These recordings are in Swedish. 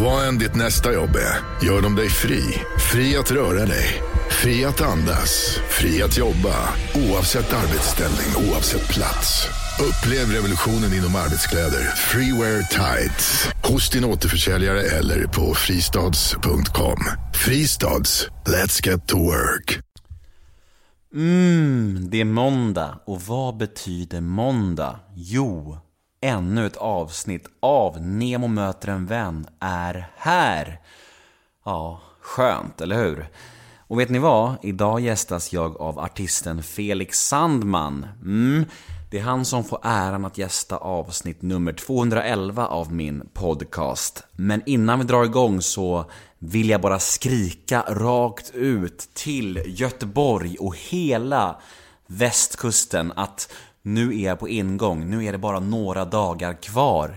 Vad än ditt nästa jobb är, gör de dig fri. Fri att röra dig. Fri att andas. Fri att jobba. Oavsett arbetsställning, oavsett plats. Upplev revolutionen inom arbetskläder. Freewear Tights. Hos din återförsäljare eller på fristads.com. Fristads. Let's get to work. Det är måndag. Och vad betyder måndag? Jo, ännu ett avsnitt av Nemo möter en vän är här. Ja, skönt, eller hur? Och vet ni vad? Idag gästas jag av artisten Felix Sandman. Det är han som får äran att gästa avsnitt nummer 211 av min podcast. Men innan vi drar igång så vill jag bara skrika rakt ut till Göteborg och hela västkusten att nu är jag på ingång. Nu är det bara några dagar kvar.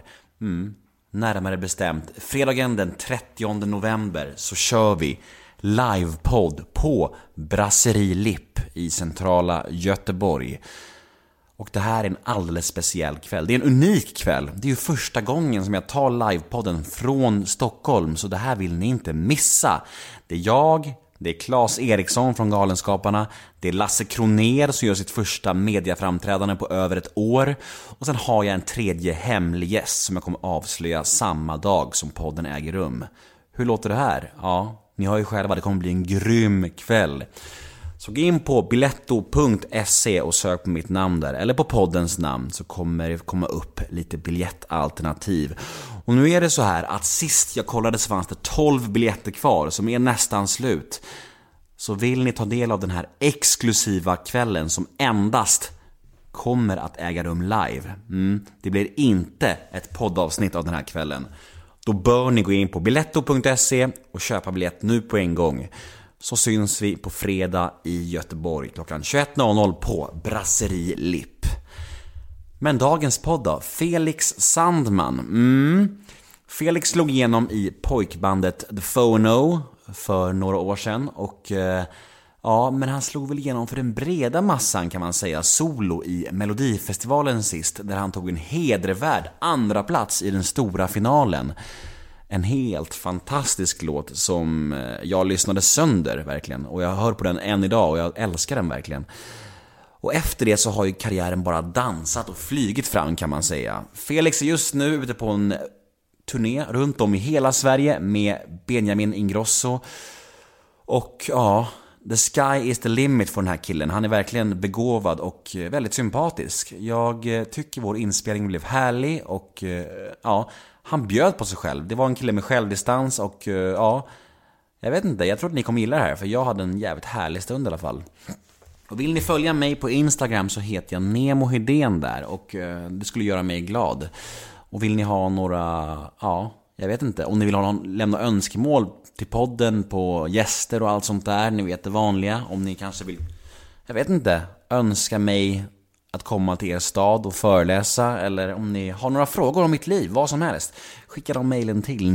Närmare bestämt fredagen den 30 november så kör vi livepodd på Brasserie Lipp i centrala Göteborg. Och det här är en alldeles speciell kväll. Det är en unik kväll. Det är ju första gången som jag tar livepodden från Stockholm. Så det här vill ni inte missa. Det är jag, det är Claes Eriksson från Galenskaparna. Det är Lasse Kroner som gör sitt första mediaframträdande på över ett år. Och sen har jag en tredje hemlig gäst som jag kommer avslöja samma dag som podden äger rum. Hur låter det här? Ja, ni har ju själva, det kommer bli en grym kväll. Så gå in på biletto.se och sök på mitt namn där. Eller på poddens namn så kommer det komma upp lite biljettalternativ. Och nu är det så här att sist jag kollade så fanns det 12 biljetter kvar som är nästan slut. Så vill ni ta del av den här exklusiva kvällen som endast kommer att äga rum live. Det blir inte ett poddavsnitt av den här kvällen. Då bör ni gå in på biletto.se och köpa biljett nu på en gång. Så syns vi på fredag i Göteborg klockan 21.00 på Brasserie Lipp. Men dagens podd då? Felix Sandman. Felix slog igenom i pojkbandet The Phono för några år sedan. Och ja, men han slog väl igenom för den breda massan kan man säga. Solo i Melodifestivalen sist. Där han tog en hedervärd andra plats i den stora finalen. En helt fantastisk låt som jag lyssnade sönder verkligen. Och jag hör på den än idag och jag älskar den verkligen. Och efter det så har ju karriären bara dansat och flygit fram kan man säga. Felix är just nu ute på en turné runt om i hela Sverige med Benjamin Ingrosso. Och ja, the sky is the limit för den här killen. Han är verkligen begåvad och väldigt sympatisk. Jag tycker vår inspelning blev härlig och ja, han bjöd på sig själv. Det var en kille med självdistans och ja, jag vet inte, jag tror att ni kommer gilla det här för jag hade en jävligt härlig stund i alla fall. Och vill ni följa mig på Instagram så heter jag Nemo Hedén där och det skulle göra mig glad. Och vill ni ha några, ja, jag vet inte, om ni vill lämna önskemål till podden på gäster och allt sånt där, ni vet det vanliga. Om ni kanske vill, jag vet inte, önska mig att komma till er stad och föreläsa, eller om ni har några frågor om mitt liv, vad som helst, skicka de mejlen till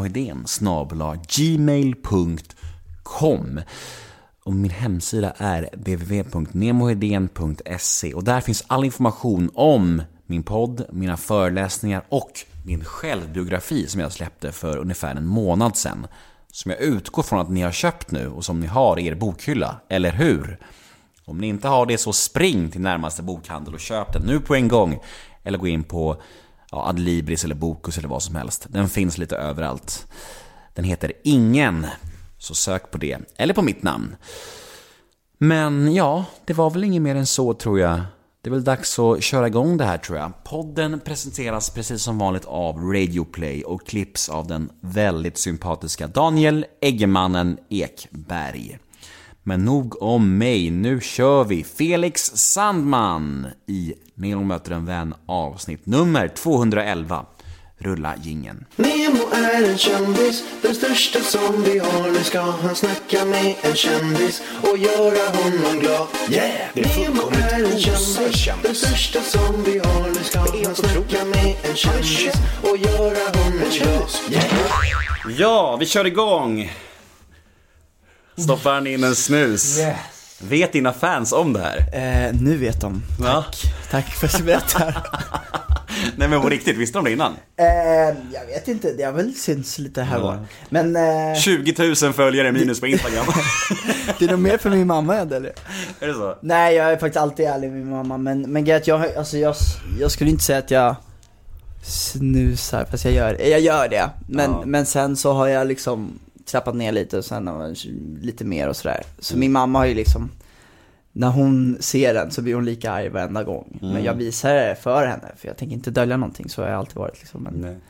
nemoheden@gmail.com. Och min hemsida är www.nemoheden.se och där finns all information om min podd, mina föreläsningar och min självbiografi som jag släppte för ungefär en månad sedan. Som jag utgår från att ni har köpt nu och som ni har i er bokhylla, eller hur? Om ni inte har det så spring till närmaste bokhandel och köp den nu på en gång. Eller gå in på Adlibris eller Bokus eller vad som helst. Den finns lite överallt. Den heter Ingen, så sök på det. Eller på mitt namn. Men ja, det var väl inget mer än så tror jag. Det är väl dags att köra igång det här tror jag. Podden presenteras precis som vanligt av Radio Play och klipps av den väldigt sympatiska Daniel Eggemannen Ekberg. Men nog om mig, nu kör vi Felix Sandman i Nemo möter en vän avsnitt nummer 211. Rulla jingeln. Nemo är en kändis, den största som vi har. Nu ska han snacka med en kändis och göra honom glad. Yeah! Nemo är en kändis, den största som vi har. Nu ska han snacka med en kändis och göra honom glad. Yeah! Ja, vi kör igång. Stoppar han in en snus? Yes. Vet dina fans om det här? Nu vet de. Tack för att du berättar. Nej, men på riktigt, visste de det innan? Jag vet inte, det har väl syns lite här var. Men 20 000 följare minus på Instagram. det är nog mer för min mamma eller? Är det så? Nej, jag är faktiskt alltid ärlig med min mamma. Men Gert, jag skulle inte säga att jag snusar, fast jag gör det. Men sen så har jag liksom trappat ner lite och sen lite mer och sådär. Så min mamma har ju liksom, när hon ser den så blir hon lika arg varenda gång. Men jag visar det för henne, för jag tänker inte dölja någonting. Så har jag alltid varit liksom. Men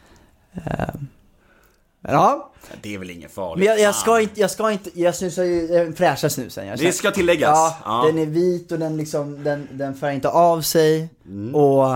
ja. Det är väl inget farligt. Men jag snusar ju den fräscha snusen. Det ska tilläggas. Ja, den är vit och den liksom, den färgar inte av sig och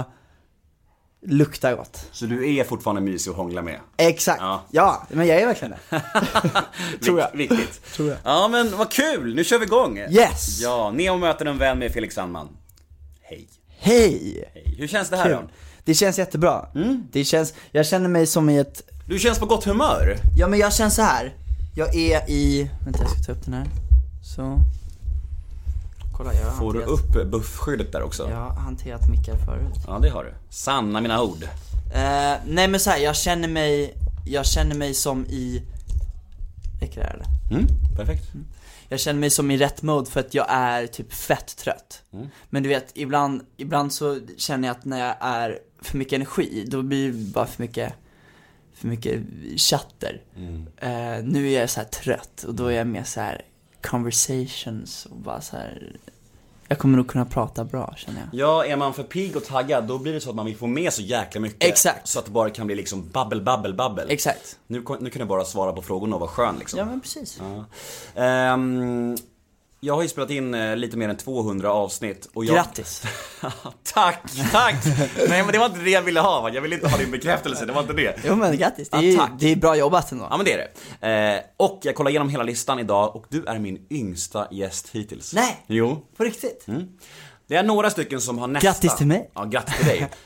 luktar gott. Så du är fortfarande mysig att hångla med? Exakt, ja men jag är verkligen det. Tror jag. Viktigt. Tror jag. Ja, men vad kul, nu kör vi igång. Yes. Ja, Nemo möter en vän med Felix Sandman. Hej. Hej. Hur känns det här då? Det känns jättebra. Jag känner mig som i ett... Du känns på gott humör. Ja, men jag känner så här. Jag är i... Vänta, jag ska ta upp den här. Så. Kolla, jag har Får du upp buffskyddet där också? Jag har hanterat mickar förut. Ja, det har du. Sanna mina ord. Nej, men så här, jag känner mig som i... Räcker det här, eller? Perfekt. Jag känner mig som i rätt mode för att jag är typ fett trött. Men du vet, ibland så känner jag att när jag är för mycket energi, då blir det bara för mycket chatter. Nu är jag så här trött och då är jag mer så här conversations och bara så här. Jag kommer nog kunna prata bra, känner jag. Ja, är man för pigg och taggad, då blir det så att man vill få med så jäkla mycket. Exakt. Så att det bara kan bli liksom babbel. Exakt. Nu kan jag bara svara på frågorna och vara skön liksom. Ja, men precis. Ja. Jag har ju spelat in lite mer än 200 avsnitt och Grattis. Tack. Nej, men det var inte det jag ville ha, va? Jag ville inte ha din bekräftelse, det var inte det. Jo, men grattis, det är bra jobbat ändå. Ja, men det är det. Och jag kollar igenom hela listan idag och du är min yngsta gäst hittills. Nej, jo. på riktigt. Det är några stycken som har nästa. Grattis till mig. Ja, grattis till dig.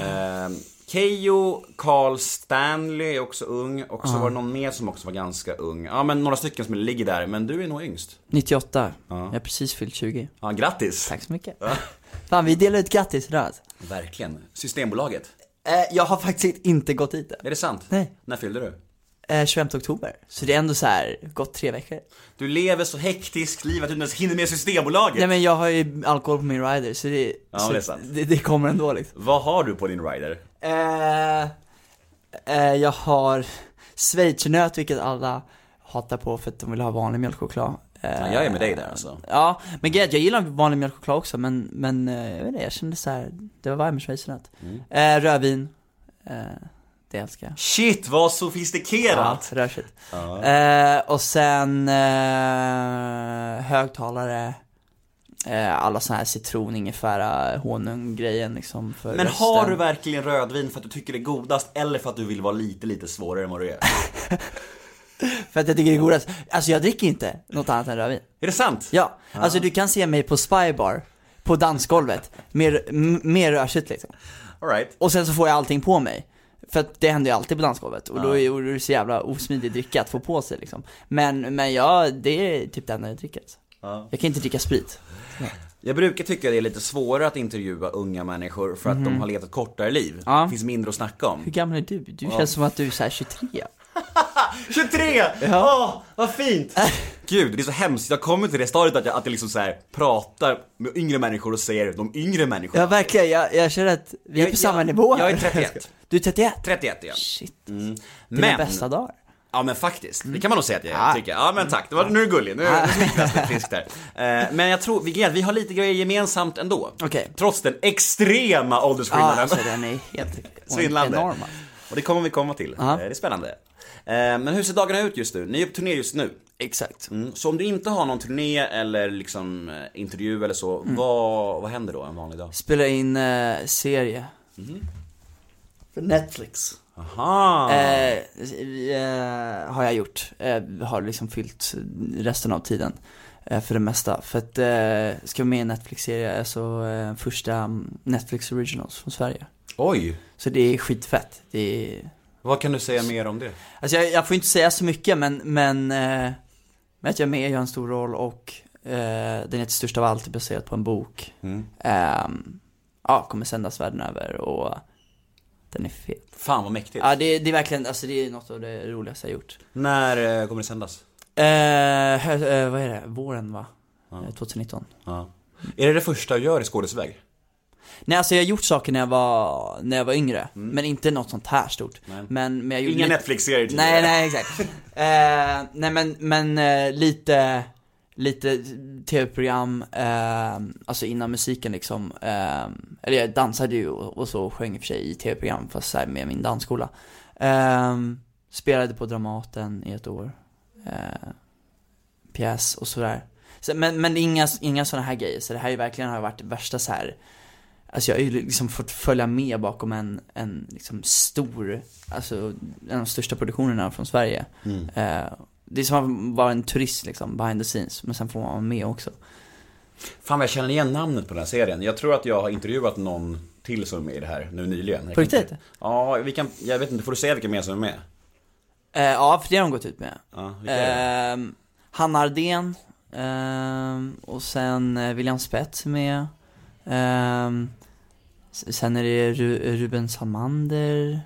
Keyyo, Carl Stanley är också ung. Och så var det någon mer som också var ganska ung. Ja, men några stycken som ligger där. Men du är nog yngst. 98, jag har precis fyllt 20. Ja, grattis. Tack så mycket. Fan, vi delar ut grattis idag. Verkligen. Systembolaget. Jag har faktiskt inte gått dit. Är det sant? Nej. När fyllde du? 25 oktober. Så det är ändå så här, gått 3 veckor. Du lever så hektiskt liv att du inte ens hinner med Systembolaget. Nej, men jag har ju alkohol på min rider. Så det, ja, så det är sant. Det kommer ändå liksom. Vad har du på din rider? Jag har schweizernöt, vilket alla hatar på för att de vill ha vanlig mjölkchoklad. Ja, jag är med dig där alltså. Ja, men jag gillar vanlig mjölkchoklad också. Men jag vet inte, jag kände så här, det var varm med schweizernöt. Rödvin. Det älskar jag. Shit, vad sofistikerat. Ja, rörsigt. Och sen högtalare, alla såna här citron, ingefära, honung grejen liksom för men rösten. har du verkligen rödvin för att du tycker det är godast eller för att du vill vara lite svårare än vad du är? För att jag tycker det är godast. Alltså jag dricker inte något annat än rödvin. Är det sant? Ja, alltså du kan se mig på Spybar på dansgolvet mer rörsigt liksom. All right. Och sen så får jag allting på mig. För att det händer ju alltid på dansgolvet. Och då är det så jävla osmidig dricka att få på sig liksom. Men ja, det är typ det enda jag dricker alltså. Jag kan inte dricka sprit. Jag brukar tycka det är lite svårare att intervjua unga människor för att de har letat kortare liv. Det finns mindre att snacka om. Hur gammal är du? Du känns som att du är så här 23. 23! Ja. Vad fint! Gud, det är så hemskt. Jag kommer till det stadiet att jag liksom så här pratar med yngre människor och säger de yngre människorna. Ja, verkligen. Jag känner att vi är på samma nivå här. Jag är 31. Du är 31? 31, ja. Shit. Det är bästa dagar. Ja, men faktiskt. Det kan man nog säga att jag tycker. Ja, men tack. Nu är du gullig. Nu smittas det friskt där. Men jag tror, vi har lite grejer gemensamt ändå. Okay. Trots den extrema åldersskillnaden. Ja, alltså den är helt svindlande. Enorm. Och det kommer vi komma till. Det är spännande. Men hur ser dagarna ut just nu? Ni är på turné just nu. Exakt. Så om du inte har någon turné eller liksom intervju eller så, vad händer då en vanlig dag? Spela in serie. För Netflix. Aha. Har jag gjort. Har liksom fyllt resten av tiden. För det mesta. För att ska vara med i en Netflix-serie, alltså första Netflix Originals från Sverige. Oj. Så det är skitfett. Det är... Vad kan du säga mer om det? Alltså jag får inte säga så mycket, men att jag är med, jag har en stor roll och Den heter Störst av allt, baserat på en bok. Kommer sändas världen över och den är fet. Fan vad mäktigt. Ja, det är verkligen, alltså det är något av det roligaste jag gjort. När kommer det sändas? Vad är det? Våren, va? 2019. Ja. Är det första du gör i skådesväg? Nej, alltså jag har gjort saker när jag var yngre, men inte något sånt här stort. Men jag gjorde inga Netflix-serier tidigare. Nej, exakt. Men lite tv-program, alltså innan musiken liksom. Eller jag dansade ju och så sjöng i och för sig i tv-program, fast så här med min dansskola. Spelade på Dramaten i ett år. Pjäs och sådär. Men inga sådana här grejer. Så det här verkligen har varit det värsta så här. Alltså jag har ju liksom fått följa med bakom en liksom stor, alltså en av de största produktionerna från Sverige. Det är som att vara en turist liksom, behind the scenes. Men sen får man vara med också. Fan vad jag känner igen namnet på den här serien. Jag tror att jag har intervjuat någon till som är med i det här nu nyligen. På riktigt? Ja, jag vet inte, får du säga vilka mer som är med? Ja, för det har de gått ut med. Hanna Ardén, och sen William Spets med. Sen är det Ruben Salmander,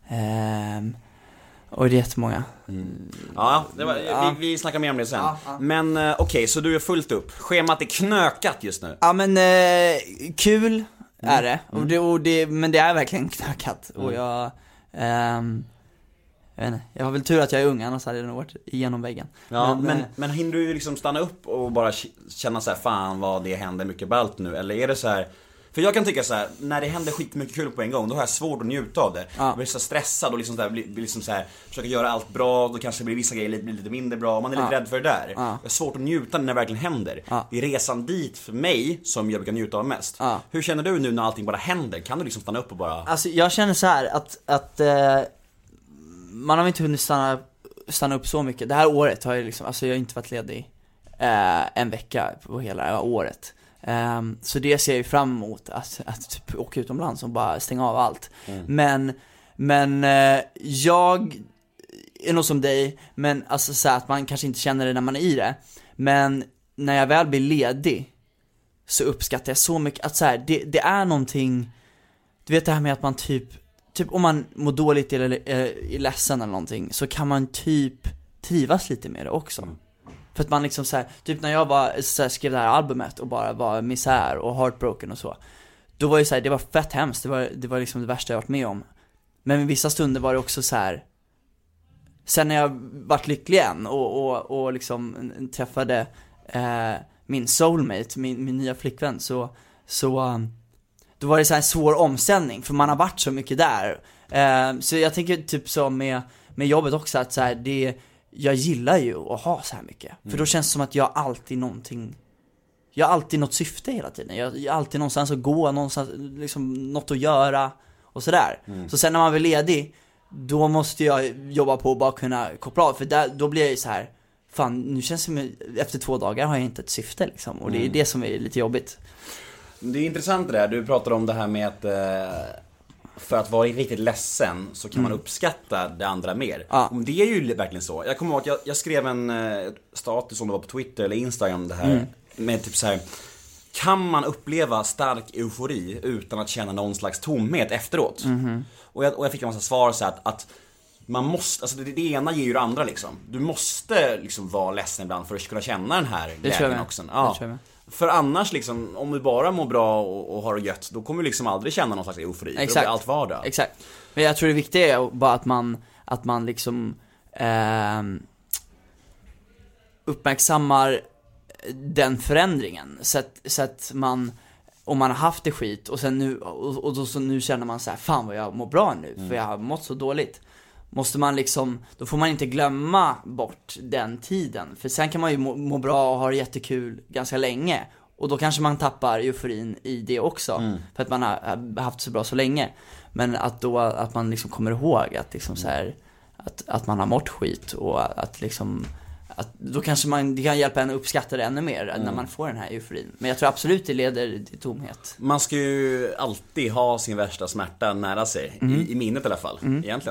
och det är jättemånga. Ja, vi snackar mer om det sen. Men okej, så du är fullt upp. Schemat är knökat just nu. Ja, men kul är det. Men det är verkligen knökat. Och jag vet inte, jag har väl tur att jag är ung, annars hade jag nog varit igenom väggen. Ja, men hinner du liksom stanna upp och bara känna så här, fan vad det händer mycket ballt nu? Eller är det så här, för jag kan tycka så här, när det händer skitmycket kul på en gång, då har jag svårt att njuta av det. Jag blir så stressad och liksom, blir liksom så här, försöker göra allt bra, då kanske blir vissa grejer lite mindre bra. Man är lite rädd för det där. Jag har svårt att njuta när det verkligen händer. Det är resan dit för mig som jag brukar njuta av mest. Hur känner du nu när allting bara händer? Kan du liksom stanna upp och bara... Alltså jag känner så här att man har inte hunnit stanna upp så mycket. Det här året har jag liksom, alltså jag har inte varit ledig en vecka på hela året. Så det ser jag fram emot, att typ åka utomlands och bara stänga av allt. Men jag är nog som dig, men alltså så att man kanske inte känner det när man är i det. Men när jag väl blir ledig så uppskattar jag så mycket att så här, det är någonting, du vet det här med att man typ om man mår dåligt eller är ledsen eller någonting, så kan man typ trivas lite med det också. För att man liksom så här, typ när jag var så här, skrev det här albumet och bara var misär och heartbroken och så, då var ju så här, det var fett hemskt, det var liksom det värsta jag varit med om. Men i vissa stunder var det också så här, sen när jag vart lycklig igen och liksom träffade min soulmate, min nya flickvän, så då var det så här en svår omställning, för man har varit så mycket där. Så jag tänker typ så med jobbet också, att så här, jag gillar ju att ha så här mycket. För då känns det som att jag alltid något syfte hela tiden. Jag har alltid någonstans att gå, någonstans liksom något att göra och sådär. Så sen när man blir ledig, då måste jag jobba på att bara kunna koppla av. För då blir jag ju så här, fan, nu känns det som efter 2 dagar har jag inte ett syfte liksom. Och det är det som är lite jobbigt. Det är intressant det där, du pratar om det här med att för att vara riktigt ledsen så kan man uppskatta det andra mer. Och det är ju verkligen så. Jag kommer ihåg att jag skrev en status som det var på Twitter eller Instagram det här, med typ så här: kan man uppleva stark eufori utan att känna någon slags tomhet efteråt? Och jag fick en massa svar så här att man måste, alltså det ena ger ju det andra liksom. Du måste liksom vara ledsen ibland för att kunna känna den här glädjen också. För annars liksom, om du bara mår bra och har det gött, då kommer du liksom aldrig känna någon slags eufori. Exakt. För det blir allt vardag. Exakt. Men jag tror det viktiga är bara att man liksom uppmärksammar den förändringen. Så att man, om man har haft det skit och sen nu så nu känner man så här, fan vad jag mår bra nu, för jag har mått så dåligt. Måste man liksom, då får man inte glömma bort den tiden. För sen kan man ju må bra och ha det jättekul ganska länge. Och då kanske man tappar euforin i det också. För att man har haft så bra så länge. Men att man liksom kommer ihåg att liksom så här, att man har mått skit. Och att liksom, att då kanske det kan hjälpa en att uppskatta det ännu mer när man får den här euforin. Men jag tror absolut det leder till tomhet. Man ska ju alltid ha sin värsta smärta nära sig, i minnet i alla fall, egentligen.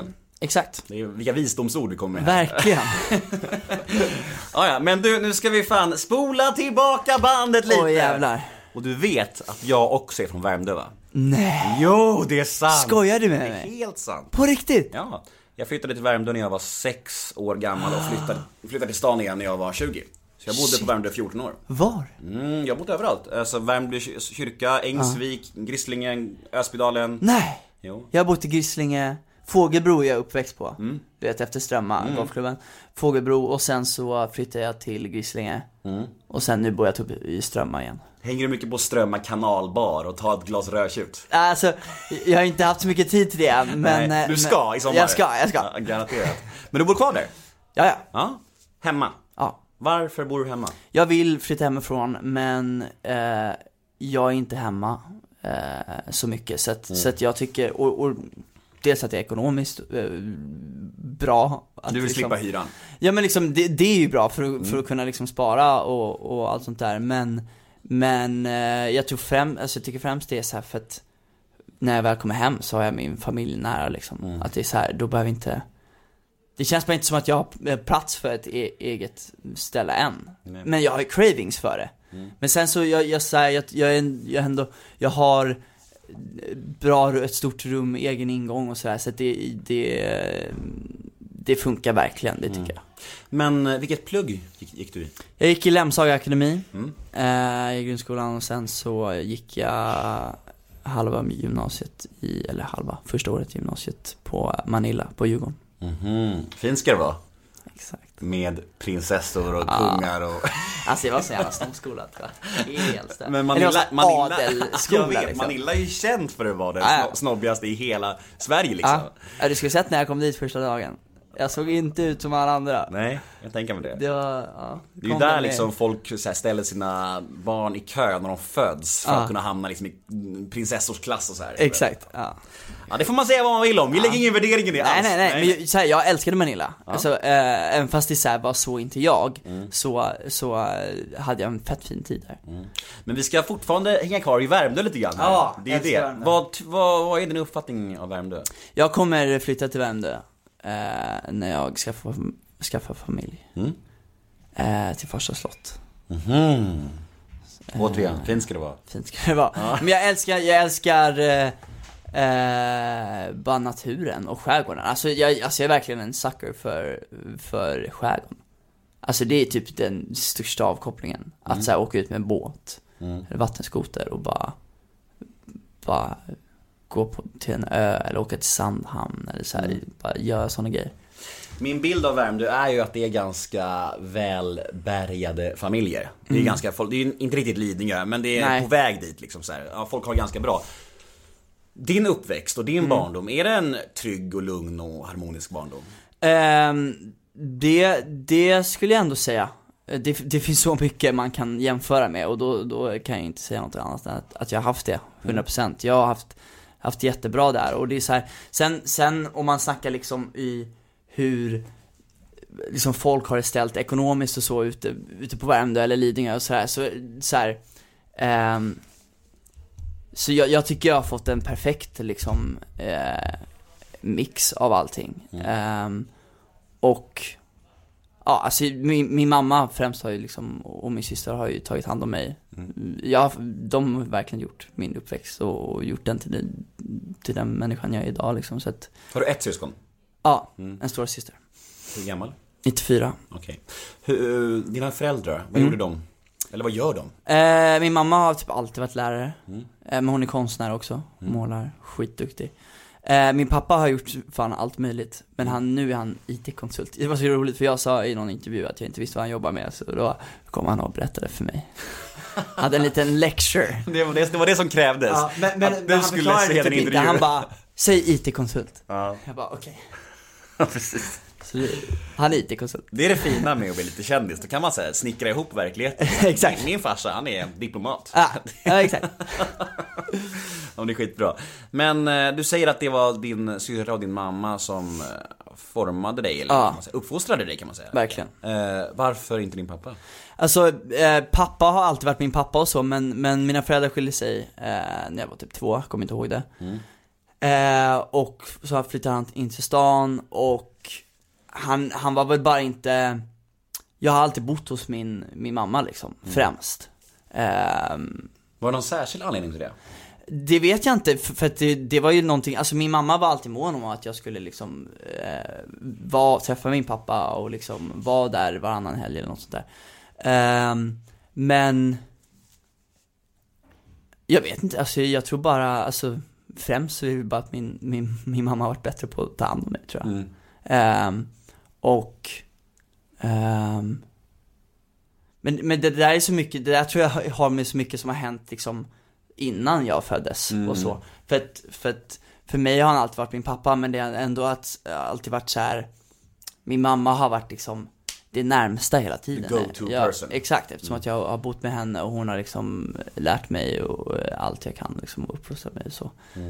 Exakt. Det är vilka visdomsord vi kommer med. Verkligen. Ja, men du, nu ska vi fan spola tillbaka bandet lite. Åh jävlar. Och du vet att jag också är från Värmdö, va? Nej. Jo, det är sant. Skojar du med Det är mig? helt sant. På riktigt? Ja, jag flyttade till Värmdö när jag var 6 år gammal och flyttade till stan igen när jag var 20. Så jag bodde på Värmdö 14 år. Var? Jag har bott överallt. Alltså Värmdö kyrka, Ängsvik, Grisslingen, Ösbydalen. Nej. Jo. Jag har bott i Grislinge. Fågelbro är jag uppväxt på. Du vet, efter Strömma, golfklubben. Fågelbro, och sen så flyttade jag till Grislinge. Och sen nu bor jag typ i Strömma igen. Hänger du mycket på Strömma kanalbar och tar ett glas rödtjut? Alltså, jag har inte haft så mycket tid till det än, men... Nej, du ska i sommar. Jag ska. Ja, garanterat. Men du bor kvar där? Ja. Ja. Hemma? Ja. Varför bor du hemma? Jag vill flytta hemifrån, men jag är inte hemma så mycket. Så att jag tycker, och dels att det är ekonomiskt bra. Att Du vill liksom, slippa hyran? Ja, men liksom, det är ju bra för att kunna liksom spara och allt sånt där. Men jag tror jag tycker främst det är så här, för att när jag väl kommer hem så har jag min familj nära liksom. Att det är så här, då behöver inte... Det känns bara inte som att jag har plats för ett eget ställe än. Nej. Men jag har cravings för det. Men sen så jag har ett stort rum med egen ingång och sådär. Så att det funkar verkligen, det tycker jag. Men vilket plugg gick du i? Jag gick i Lemshaga akademi i grundskolan, och sen så gick jag första året i gymnasiet på Manila, på Djurgården. Fint ska det vara. Exakt. Med prinsessor och kungar och... Alltså det var så jävla stomskola, tror jag. Helt stört. Men Manila är ju känt för att vara den snobbigaste i hela Sverige liksom. Ja, du skulle sett när jag kom dit första dagen. Jag såg inte ut som alla andra. Nej, jag tänker med det. Det är ju där liksom folk så här, ställer sina barn i kö när de föds för att kunna hamna liksom i prinsessors klass och så här. Exakt, Ja, det får man säga vad man vill om. Vi lägger ingen värdering i det alls. Nej. Men så här, jag älskade Manila. Alltså, även fast det så här, var så inte jag, så hade jag en fett fin tid där. Men vi ska fortfarande hänga kvar i Värmdö lite grann. Ja, det är det. Vad är din uppfattning av Värmdö? Jag kommer flytta till Värmdö när jag skaffar familj. Till Farsta slott. Återigen, fint ska det vara. Fint ska det vara. Men jag älskar bara naturen och skärgården. Alltså jag är verkligen en sucker för skärgården. Alltså det är typ den största avkopplingen. Att så här, åka ut med en båt eller vattenskoter och bara gå till en ö eller åka till Sandhamn eller så här, bara göra såna grejer. Min bild av Värmdö är ju att det är ganska välbärgade familjer. Det är ganska det är inte riktigt Lidingö, men det är på väg dit liksom så här. Ja, folk har ganska bra. Din uppväxt och din barndom, är det en trygg och lugn och harmonisk barndom? Det skulle jag ändå säga. Det finns så mycket man kan jämföra med, och då kan jag inte säga något annat än att jag har haft det 100%. Jag har haft jättebra där, och det är så här, sen om man snackar liksom i hur liksom folk har det ställt ekonomiskt och så ute på Värmdö eller Lidingö och så här, så jag tycker jag har fått en perfekt liksom mix av allting. Och ja, alltså min mamma främst har ju liksom, och min syster har ju tagit hand om mig. De har verkligen gjort min uppväxt och gjort den till den människan jag är idag liksom, så att... Har du ett syskon? Ja, en stora syster. Hur gammal? 94. Okej. Dina föräldrar, vad gjorde de? Eller vad gör de? Min mamma har typ alltid varit lärare. Men hon är konstnär också. Målar, skitduktig. Min pappa har gjort fan allt möjligt. Men nu är han IT-konsult. Det var så roligt, för jag sa i någon intervju att jag inte visste vad han jobbar med. Så då kom han och berättade för mig. Hade en liten lecture. Det var det som krävdes. Ja, men att du skulle se den intervjun. Han bara, säg IT-konsult. Ja. Jag bara, okej. Ja, precis. Så han är IT-konsult. Det är det fina med att bli lite kändis. Då kan man säga snickra ihop verkligheten. Exakt. Min farsa, han är diplomat. Ja, exakt. Ja, det är skitbra. Men du säger att det var din syster och din mamma som formade dig, eller kan man säga, uppfostrade dig, kan man säga. Verkligen. Varför inte din pappa? Alltså, pappa har alltid varit min pappa och så, men mina föräldrar skilde sig när jag var typ 2, kommer inte ihåg det. Och så flyttade han in till stan. Och han var väl bara inte... Jag har alltid bott hos min mamma liksom, främst. Var det någon särskild anledning till det? Det vet jag inte, för att det var ju någonting, alltså min mamma var alltid mån om att jag skulle liksom träffa min pappa och liksom vara där varannan helg eller något sånt där. Men jag vet inte, alltså jag tror bara, alltså främst så är det bara att min mamma har varit bättre på att ta hand om mig, tror jag. Men det där är så mycket, det där tror jag har med så mycket som har hänt liksom innan jag föddes och så. För mig har han alltid varit min pappa, men det är ändå alltid varit så här. Min mamma har varit liksom det närmsta hela tiden. Go-to person. Exakt, eftersom att jag har bott med henne och hon har liksom lärt mig och allt jag kan liksom uppfostra mig och så.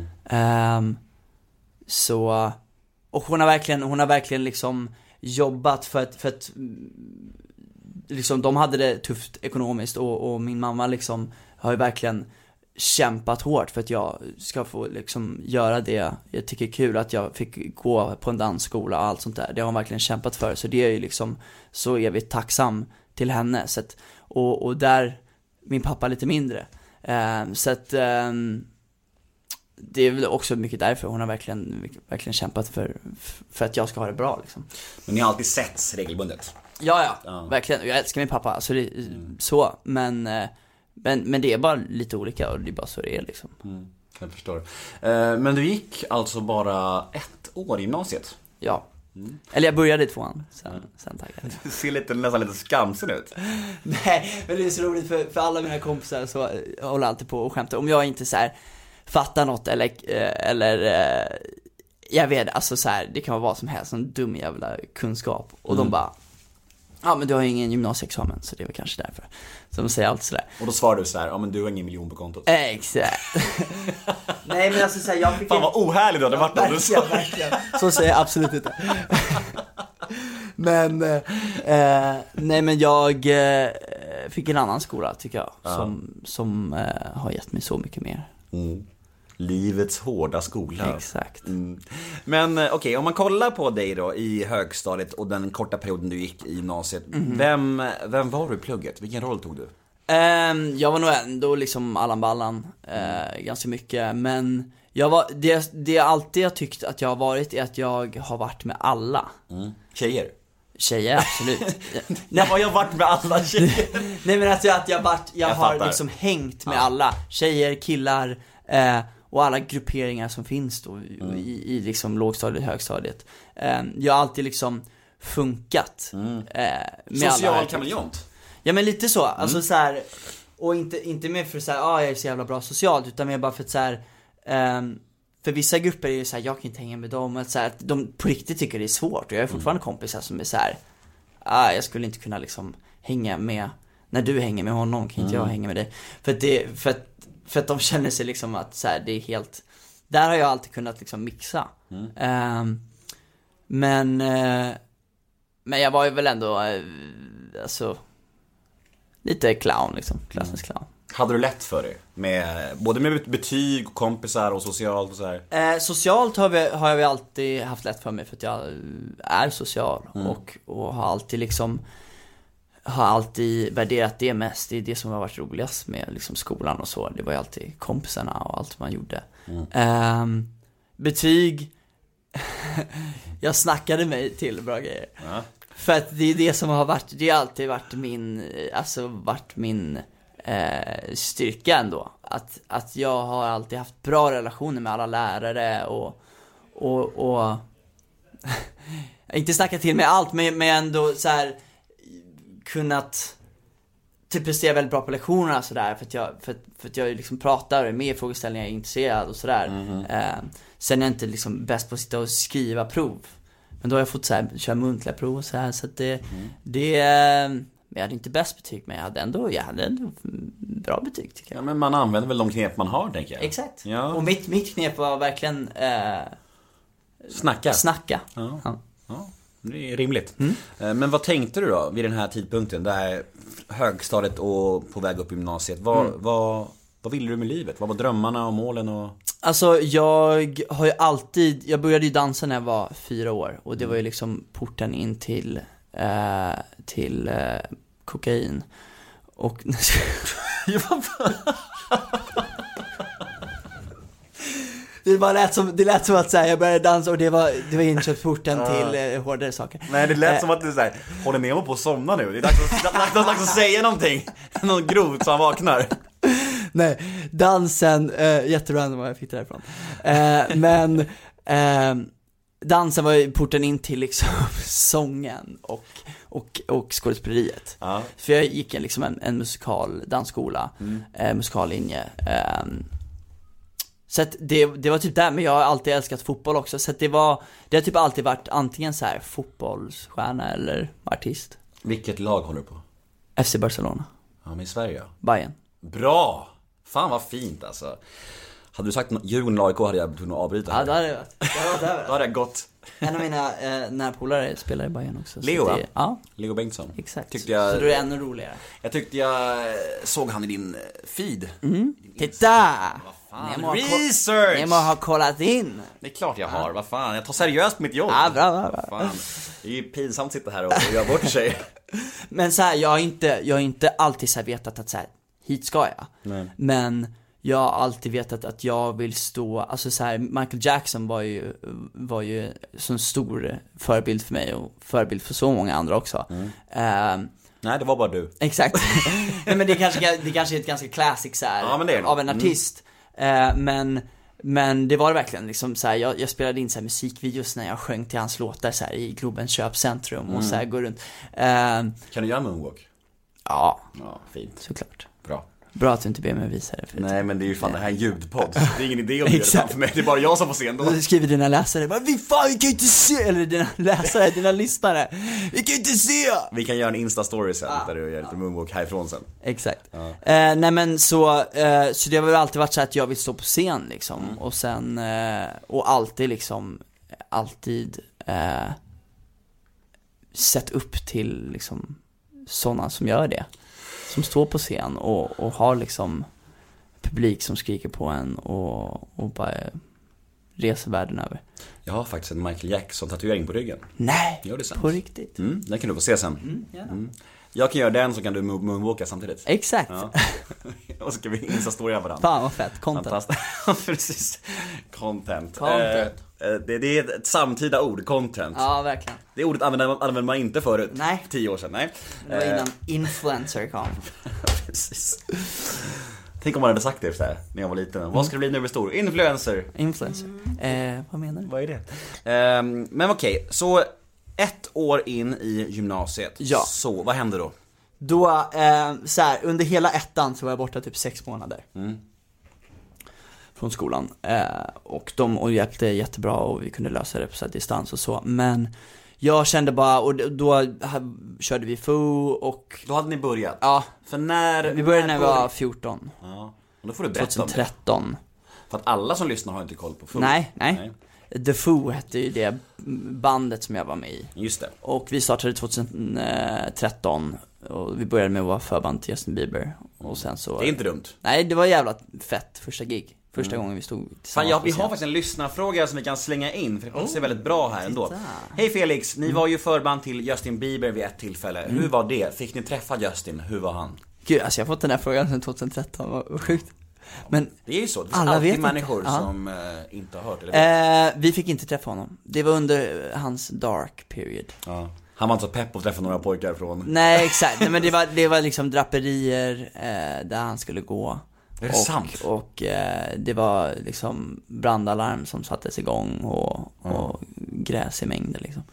Så och hon har verkligen liksom jobbat för att liksom de hade det tufft ekonomiskt och min mamma liksom har ju verkligen kämpat hårt för att jag ska få liksom göra det jag tycker är kul, att jag fick gå på en dansskola och allt sånt där. Det har hon verkligen kämpat för, så det är ju liksom så evigt tacksam till henne. Så att, och där min pappa lite mindre. Så att det är väl också mycket därför hon har verkligen kämpat för att jag ska ha det bra liksom. Men ni har alltid setts regelbundet? Ja, verkligen. Jag älskar min pappa, så det, så, men det är bara lite olika och det är bara så det är liksom. Jag förstår. Men du gick alltså bara 1 år i gymnasiet? Ja. Eller jag började i 2:an, sen taggade. Du ser nästan lite skamsen ut. Nej, men det är så roligt för alla mina kompisar så håller alltid på och skämtar. Om jag inte så här fattar något eller jag vet, alltså så här, det kan vara vad som helst, en dum jävla kunskap. Och de bara, ja men du har ju ingen gymnasieexamen, så det är väl kanske därför. Så de säger alltid sådär. Och då svarar du så här, ja men du har ingen miljon på kontot. Exakt. Nej men alltså såhär, jag fick... Fan vad ohärligt du hade varit då. Verkligen. Så säger jag absolut inte. Men nej men jag fick en annan skola tycker jag, som har gett mig så mycket mer. Livets hårda skola. Exakt. Men okej, om man kollar på dig då i högstadiet och den korta perioden du gick i gymnasiet, vem var du i plugget? Vilken roll tog du? Jag var nog ändå liksom Allan Ballan ganska mycket, men jag var det alltid jag tyckt att jag har varit är att jag har varit med alla. Tjejer, absolut. Nej, har jag varit med alla tjejer? Nej men alltså att jag har liksom hängt med alla tjejer, killar och alla grupperingar som finns då i liksom lågstadiet, högstadiet. Jag har alltid liksom funkat med social alla. kameleont. Ja men lite så, alltså så här, och inte mer för så här, jag är så jävla bra socialt, utan mer bara för att så här, för vissa grupper är ju så här, jag kan inte hänga med dem, att så här, att de på riktigt tycker det är svårt, och jag är fortfarande kompisar som är så här, jag skulle inte kunna liksom hänga med, när du hänger med honom kan inte jag hänga med dig, för att de känner sig liksom att så här, det är helt, där har jag alltid kunnat liksom mixa. Men jag var ju väl ändå alltså lite clown liksom, klassens clown. Hade du lätt för dig både med betyg, kompisar och socialt och så här? Socialt har jag alltid haft lätt för mig, för att jag är social och har alltid värderat det mest. Det är det som har varit roligast med liksom skolan och så. Det var ju alltid kompisarna och allt man gjorde. Betyg jag snackade mig till bra grejer. För att det är det som har varit, det har alltid varit min styrka ändå, att jag har alltid haft bra relationer med alla lärare och inte snacka till mig allt, men ändå så här kunnat typ prestera väldigt bra på lektionerna så där, för att jag liksom pratar med frågeställningar, är intresserad och så där. Sen är jag inte liksom bäst på att sitta och skriva prov, men då har jag fått så här köra muntliga prov och så här, så att jag hade inte bäst betyg, men jag hade ändå bra betyg tycker jag. Ja, men man använder väl de knep man har, tänker jag. Exakt. Ja. Och mitt knep var verkligen snacka. Ja. Det är rimligt. Men vad tänkte du då vid den här tidpunkten, det här högstadiet och på väg upp i gymnasiet? Vad ville du med livet? Vad var drömmarna och målen? Och... Alltså jag har ju alltid, jag började ju dansa när jag var 4 år. Och det var ju liksom porten in till kokain. Och det lät som att så här, jag började dansa och det var inkörsporten till hårdare saker. Nej, det lät som att du så här, håller Nemo på att somna nu. Det är dags att säga någonting. Någon grovt så han vaknar. Nej, dansen, jätterandom vad jag fick det därifrån. Men dansen var ju porten in till liksom sången och skådespeleriet. Ja. För jag gick liksom en dansskola, musikallinje. Så att det var typ där, men jag har alltid älskat fotboll också. Så att det har typ alltid varit antingen så här fotbollsstjärna eller artist. Vilket lag håller du på? FC Barcelona. Ja, men i Sverige. Bayern. Bra! Fan vad fint alltså. Hade du sagt Djurgården eller AIK hade jag kunnat avbryta här. Ja, det hade jag varit. Då hade jag gått. En av mina närpolare spelar i Bayern också. Leo, va? Ja. Leo Bengtsson. Exakt. Tyckte jag, så då är det ännu roligare. Jag tyckte jag såg han i din feed. Titta! Research! Nemo har kollat in. Det är klart jag har, vad fan. Jag tar seriöst på mitt jobb. Ja, bra. Fan. Det är ju pinsamt att sitta här och göra bort sig. Men så här, jag har inte alltid så här vetat att så här, hit ska jag. Nej. Men jag har alltid vetat att jag vill stå, alltså så här, Michael Jackson var ju så en stor förebild för mig och förebild för så många andra också. Nej, det var bara du. Exakt. Nej, men det kanske är ett ganska classic så här, men det är av en artist. Men det var verkligen liksom så här, jag spelade in så här musikvideos när jag sjöng till hans låtar så här i Globens köpcentrum och så här går runt. Kan du göra moonwalk? Ja, fint. såklart. Bra att du inte ber mig visa det. Nej, men det är ju fan det här en ljudpodd. Det är ingen idé om du gör det för mig. Det är bara jag som får se ändå. Du skriver dina läsare bara, vi kan inte se. Eller dina läsare, dina lyssnare, vi kan inte se. Vi kan göra en Insta-story sen där du gör lite moonwalk härifrån sen. Exakt. Nej men så det har väl alltid varit så att jag vill stå på scen liksom. Och sen och alltid liksom sett upp till liksom sådana som gör det, som står på scen och har liksom publik som skriker på en och bara reser världen över. Jag har faktiskt en Michael Jackson-tatuering på ryggen. Nej, det är sant. På riktigt. Den kan du få se sen. Jag kan göra den, så kan du moonwalka samtidigt. Exakt. Och så ska vi Insta-story varandra. Fan vad fett, content. Precis. Content. Det är ett samtida ord, content. Ja, verkligen. Det ordet använde man inte förut. Nej. 10 år sedan, nej. Det var innan influencer kom. Precis. Tänk om man hade sagt det så här när jag var liten. Vad ska det bli när du blir stor? Influencer. Vad menar du? Vad är det? Men okej, så 1 år in i gymnasiet. Ja. Så, vad hände då? Då, så här, under hela ettan så var jag borta typ 6 månader. Från skolan. Och hjälpte jättebra och vi kunde lösa det på så här distans och så. Men jag kände bara, och då körde vi FO och... Då hade ni börjat? Ja. För när... Vi började när vi var 14. Ja. Och då får du berätta 2013. om det. För att alla som lyssnar har inte koll på FO. Nej. The Foo hette ju det bandet som jag var med i. Just det. Och vi startade 2013 och vi började med att vara förband till Justin Bieber. Och sen så... Det är inte dumt. Nej, det var jävla fett första gig. Första gången vi stod tillsammans. Vi har faktiskt en lyssnarfråga som vi kan slänga in, för det passar väldigt bra här ändå. Hej Felix, ni var ju förband till Justin Bieber vid ett tillfälle. Hur var det? Fick ni träffa Justin? Hur var han? Gud, alltså jag har fått den här frågan sedan 2013, vad sjukt. Men det är ju så, det finns alla alltid vet människor som inte har hört eller vi fick inte träffa honom. Det var under hans dark period. Ja. Han var inte så pepp att träffa några pojkar från... Nej, exakt. Nej, men det var liksom draperier där han skulle gå. Det är sant. Och det var liksom brandalarm som sattes igång och gräs i mängder liksom.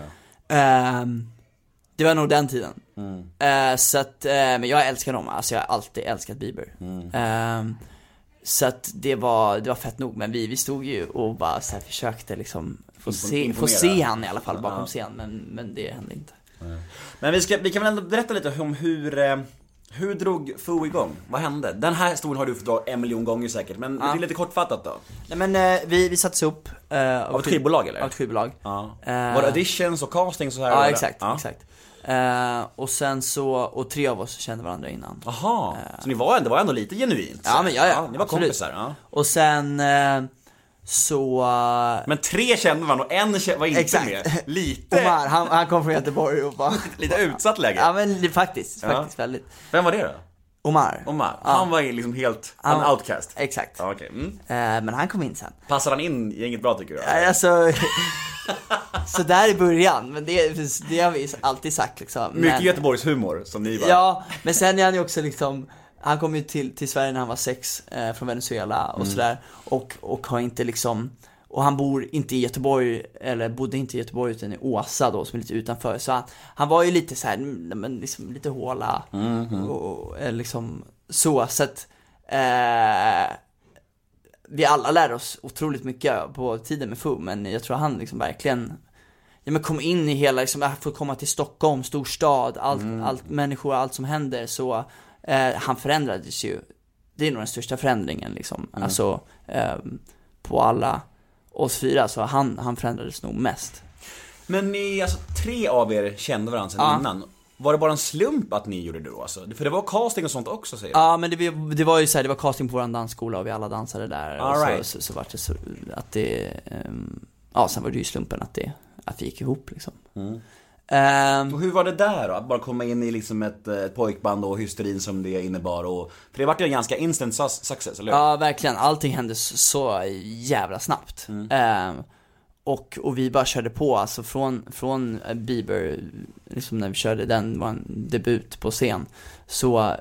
Det var nog den tiden. Så att, men jag älskar dem. Alltså jag har alltid älskat Bieber. Så att det var fett nog. Men vi stod ju och bara så här försökte liksom få se han i alla fall bakom scen. Men det hände inte. Men vi kan väl ändå berätta lite om hur drog FO igång? Vad hände? Den här historien har du fått dra 1 miljon gånger säkert. Men det är lite kortfattat då. Nej men vi sattes upp av ett skivbolag eller? Av ett skivbolag. Var det auditions och casting så här? Ja, exakt. Och sen så, och 3 av oss kände varandra innan. Aha, så det var ändå lite genuint. Ja, men ja, ni var kompisar. Ja. Och sen så... Men 3 kände varandra och en var inte exakt. med. Lite... Omar, han kom från Göteborg och bara... lite utsatt läge. Ja, men faktiskt väldigt. Vem var det då? Omar. Han var liksom helt en outcast. Exakt. Ja, okay. Men han kom in sen. Passar han in i inget bra tycker du? Alltså... så där i början, men det har vi alltid sagt liksom. Mycket Göteborgs humor som ni var. Ja, men sen är han ju också liksom... Han kom ju till Sverige när han var 6 från Venezuela och sådär. Och har inte liksom... Och han bor inte i Göteborg, eller bodde inte i Göteborg utan i Åsa då, som är lite utanför. Så han var ju lite så här, men liksom lite håla och liksom så att vi alla lärde oss otroligt mycket på tiden med Foo, men jag tror han liksom verkligen kom in i hela liksom, för att komma till Stockholm, storstad, allt människor, allt som händer, så han förändrades ju. Det är nog den största förändringen liksom. Alltså på alla oss 4, så han förändrades nog mest. Men ni, alltså 3 av er kände varandra sedan innan. Var det bara en slump att ni gjorde det då alltså? För det var casting och sånt också, säger jag. Ja, men det var ju så här, det var casting på vår dansskola och vi alla dansade där. Och så var det så att det sen var det ju slumpen att vi gick ihop liksom. Och hur var det där då? Att bara komma in i liksom ett pojkband och hysterin som det innebar, för det var ju en ganska instant success, eller hur? Ja, verkligen, allting hände så jävla snabbt. Och vi bara körde på, alltså från Bieber, liksom när vi körde den, var en debut på scen, så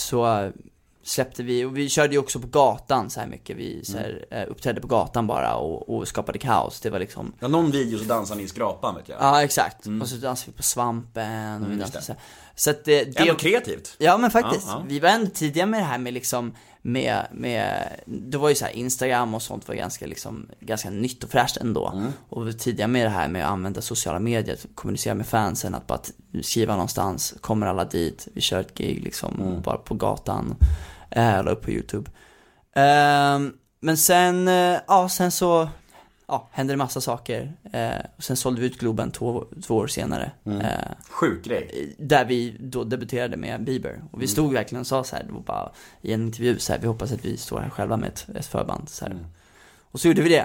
släppte vi, och vi körde ju också på gatan så här mycket, vi så här, uppträdde på gatan bara och skapade kaos. Det var liksom... Ja, någon video så dansade ni i skrapan, vet jag. Ja, exakt. Och så dansade vi på Svampen och vi dansade så här. Så att det ändå kreativt. Ja, men faktiskt. Vi var ändå tidiga med det här med liksom med det var ju så här, Instagram och sånt var ganska nytt och fräscht ändå. Och vi var tidiga med det här med att använda sociala medier, att kommunicera med fansen, att bara skriva någonstans, kommer alla dit, vi kör ett gig liksom bara på gatan eller upp på YouTube. Men sen så hände det massa saker. Och sen sålde vi ut Globen 2 år senare. Sjuk grej. Där vi då debuterade med Bieber. Och vi stod verkligen och sa så här, det var bara i en intervju så här, vi hoppas att vi står här själva med ett förband så här. Och så gjorde vi det.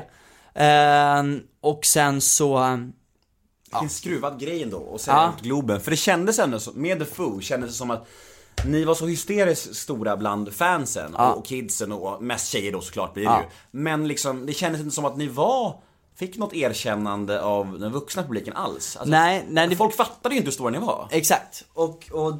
Och sen så en skruvad grej ändå och sen Globen. För det kändes ändå med The Foo kändes det som att ni var så hysteriskt stora bland fansen och kidsen och mest tjejer då såklart blir det ju. Men liksom, det kändes inte som att ni fick något erkännande av den vuxna publiken alls. Alltså, nej, folk fattade ju inte hur stora ni var. Exakt. Och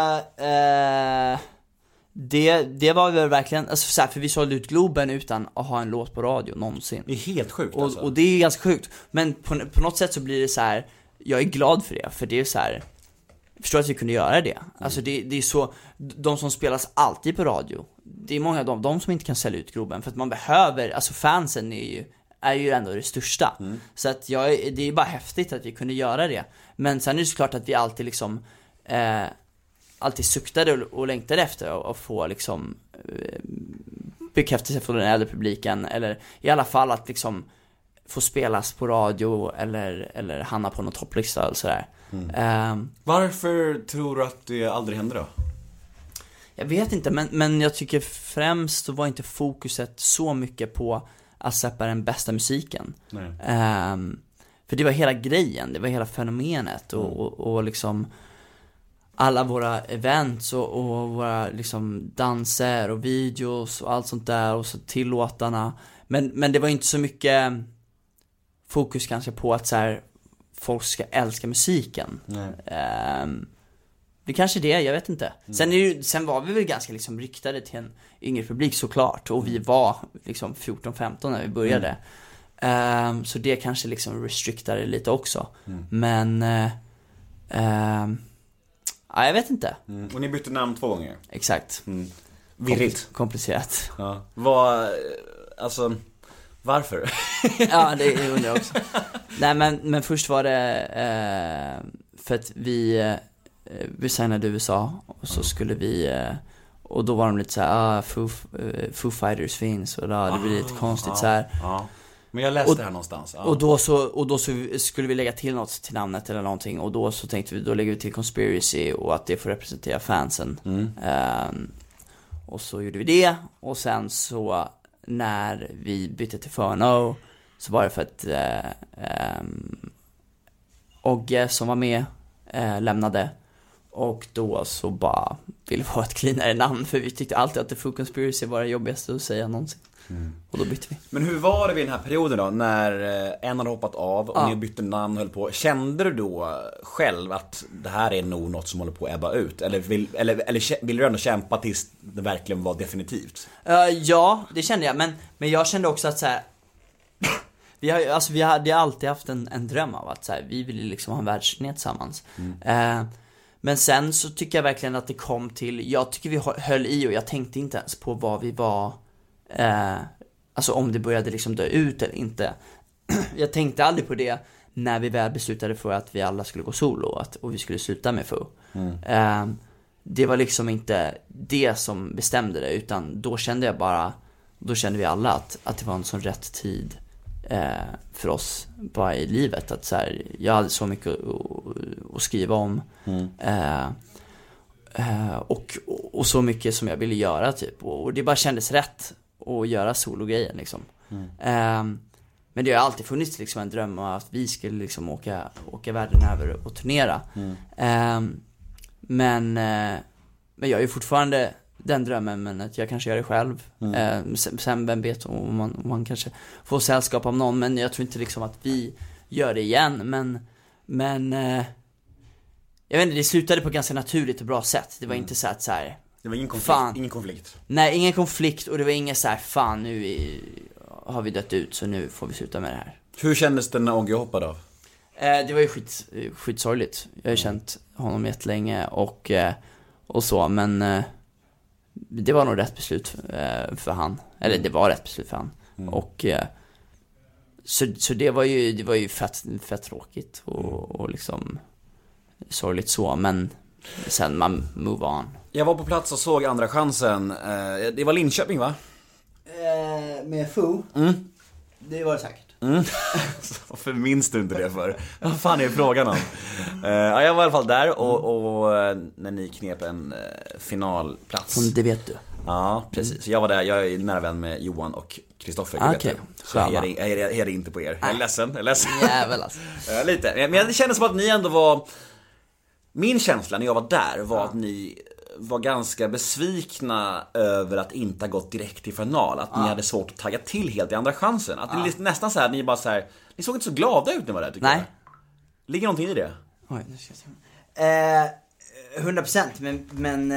det var väl verkligen, alltså så här, för vi sålde ut Globen utan att ha en låt på radio någonsin. Det är helt sjukt alltså. Och det är ganska sjukt. Men på något sätt så blir det så här, jag är glad för det, för det är så här, jag förstår att vi kunde göra det. Alltså det är så, de som spelas alltid på radio, det är många av de som inte kan sälja ut Globen, för att man behöver, alltså fansen är ju ändå det största. Så att det är bara häftigt att vi kunde göra det. Men sen är det såklart att vi alltid liksom alltid suktade och längtade efter att få liksom bekräftelse från den äldre publiken, eller i alla fall att liksom få spelas på radio eller hamna på någon topplista eller sådär. Varför tror du att det aldrig hände då? Jag vet inte, men jag tycker främst så var inte fokuset så mycket på att släppa den bästa musiken. För det var hela grejen, det var hela fenomenet och liksom alla våra events och våra liksom danser och videos och allt sånt där, och så tillåtarna. Men det var inte så mycket fokus kanske på att så här, folk ska älska musiken. Det kanske det, jag vet inte. Sen var vi väl ganska liksom riktade till en yngre publik såklart, och vi var liksom 14-15 när vi började. Så det kanske liksom restriktade lite också. Men jag vet inte. Och ni bytte namn 2 gånger. Exakt. Virrigt. Komplicerat. Alltså, varför? Ja, det undrar jag också. Nej, men först var det för att vi signade USA, och så skulle vi och då var de lite så här, Foo Fighters finns, och då det blir lite konstigt så här. Men jag läste det här någonstans. Ja. Och då så skulle vi lägga till något till namnet eller någonting. Och då så tänkte vi, då lägger vi till Conspiracy och att det får representera fansen. Och så gjorde vi det. Och sen så när vi bytte till Furno så var det för att Ogge som var med lämnade. Och då så bara ville vi ha ett cleanare namn, för vi tyckte alltid att The Full Conspiracy var det jobbigaste att säga någonsin. Och då bytte vi. Men hur var det vid den här perioden då, när en hade hoppat av och ni bytte namn och höll på? Kände du då själv att det här är nog något som håller på att ebba ut? Eller vill du ändå kämpa tills det verkligen var definitivt? Ja, det kände jag. Men jag kände också att så här, vi hade alltid haft en dröm av att så här, vi ville liksom ha en världsturné tillsammans. Men sen så tycker jag verkligen att det kom till, jag tycker vi höll i, och jag tänkte inte ens på vad vi var, alltså om det började liksom dö ut eller inte. Jag tänkte aldrig på det när vi väl beslutade för att vi alla skulle gå solo och vi skulle sluta med Foo. Det var liksom inte det som bestämde det, utan då kände vi alla att det var en sån rätt tid för oss bara i livet, att så här, jag hade så mycket att skriva om och så mycket som jag ville göra typ, och det bara kändes rätt att göra sologrejen liksom. Men det har alltid funnits liksom en dröm om att vi skulle liksom åka världen över och turnera. Men jag är ju fortfarande den drömmen, men att jag kanske gör det själv. Sen vem vet om man kanske får sällskap av någon, men jag tror inte liksom att vi gör det igen. Men jag vet inte, det slutade på ett ganska naturligt och bra sätt. Det var inte så att så här, det var ingen konflikt, fan, ingen konflikt. Nej, ingen konflikt, och det var ingen så här, fan nu har vi dött ut så nu får vi sluta med det här. Hur kändes det när Ogge hoppade av? Det var ju skitsorgligt. Jag har känt honom jättelänge och så, men det var nog rätt beslut för han. Eller det var rätt beslut för han. Och så det var ju fett tråkigt och liksom sorgligt så, men sen man move on. Jag var på plats och såg Andra chansen. Det var Linköping, va? Med Foo. Det var det säkert. Varför minns du inte det för? Vad fan är frågan om? Jag var i alla fall där och när ni knep en finalplats. Det vet du. Ja, precis. Jag var där, jag är nära vän med Johan och Kristoffer. Okej. Så jag är inte på er. Jag är ledsen. Jävel alltså. Lite. Men det kändes som att ni ändå var... Min känsla när jag var där var att ni var ganska besvikna över att inte ha gått direkt till final. Att ni hade svårt att tagga till helt i Andra chansen. Att det är nästan så här, ni bara så här, ni såg inte så glada ut när ni var där, tycker jag. Ligger någonting i det? Oj, nu ska jag se. 100%, men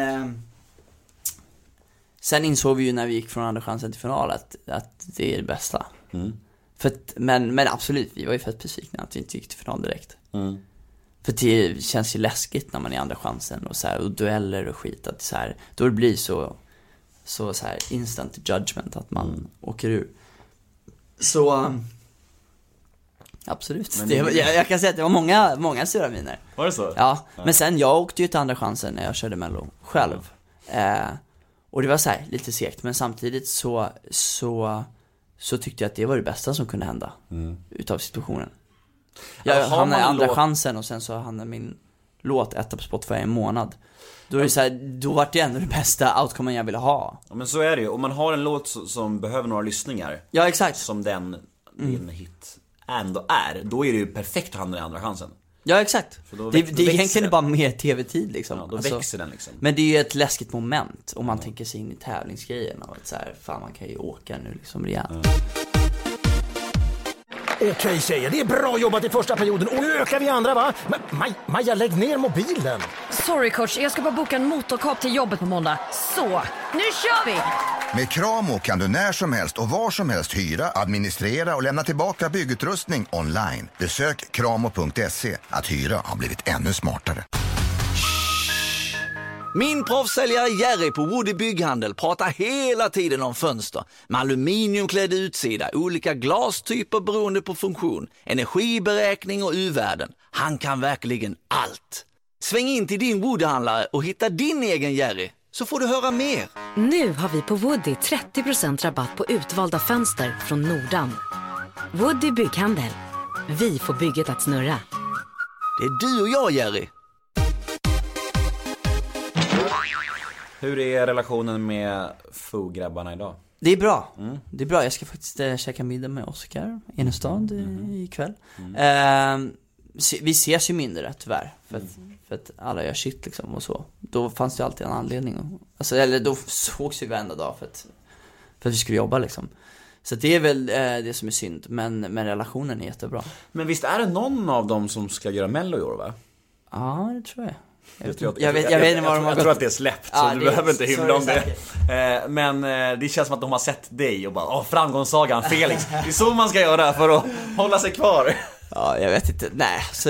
sen insåg vi ju när vi gick från Andra chansen till final att det är det bästa. För att, men absolut, vi var ju fett besvikna att vi inte gick till final direkt. För det känns ju läskigt när man är i Andra chansen och så här, och dueller och skit, att så här, då det blir så här instant judgment att man åker ur. Så absolut. Jag kan säga att det var många sura miner. Var det så? Ja, men sen jag åkte ju till Andra chansen när jag körde Mello själv. Och det var så här lite segt, men samtidigt så tyckte jag att det var det bästa som kunde hända utav situationen. Jag hamnade i Andra chansen och sen så hamnade min låt etta på Spotify en månad. Då är det så här, då var det ändå det bästa outcomen jag ville ha. Ja, men så är det ju. Om man har en låt som behöver några lyssningar. Ja, exakt. Som din hit ändå är. Då är det ju perfekt att hamna i Andra chansen. Ja, exakt. Det är egentligen bara mer tv-tid liksom. Ja, då växer den liksom. Men det är ju ett läskigt moment om man tänker sig in i tävlingsgrejen och att så här, fan man kan ju åka nu liksom rejält. Okej tjejer, det är bra jobbat i första perioden och nu ökar vi andra, va? Maja, lägg ner mobilen. Sorry coach, jag ska bara boka en motorkap till jobbet på måndag. Så, nu kör vi! Med Kramo kan du när som helst och var som helst hyra, administrera och lämna tillbaka byggutrustning online. Besök kramo.se. Att hyra har blivit ännu smartare. Min proffssäljare Jerry på Woody Bygghandel pratar hela tiden om fönster med aluminiumklädd utsida, olika glastyper beroende på funktion, energiberäkning och U-värden. Han kan verkligen allt. Sväng in till din Woody-handlare och hitta din egen Jerry, så får du höra mer. Nu har vi på Woody 30% rabatt på utvalda fönster från Nordan. Woody Bygghandel. Vi får bygget att snurra. Det är du och jag, Jerry. Hur är relationen med Foo-grabbarna idag? Det är bra. Det är bra, jag ska faktiskt käka middag med Oscar i en stad ikväll. Vi ses ju mindre tyvärr för att alla gör shit liksom och så. Då fanns det alltid en anledning alltså, eller då sågs vi varenda dag för att vi skulle jobba liksom. Så det är väl det som är synd, men relationen är jättebra. Men visst är det någon av dem som ska göra Mello i år, va? Ja, det tror jag. Jag tror att det är släppt, så du behöver inte hymla om det. Men det känns som att de har sett dig och bara, framgångssagan Felix. Det är så man ska göra för att hålla sig kvar. Ja, jag vet inte. Nej, så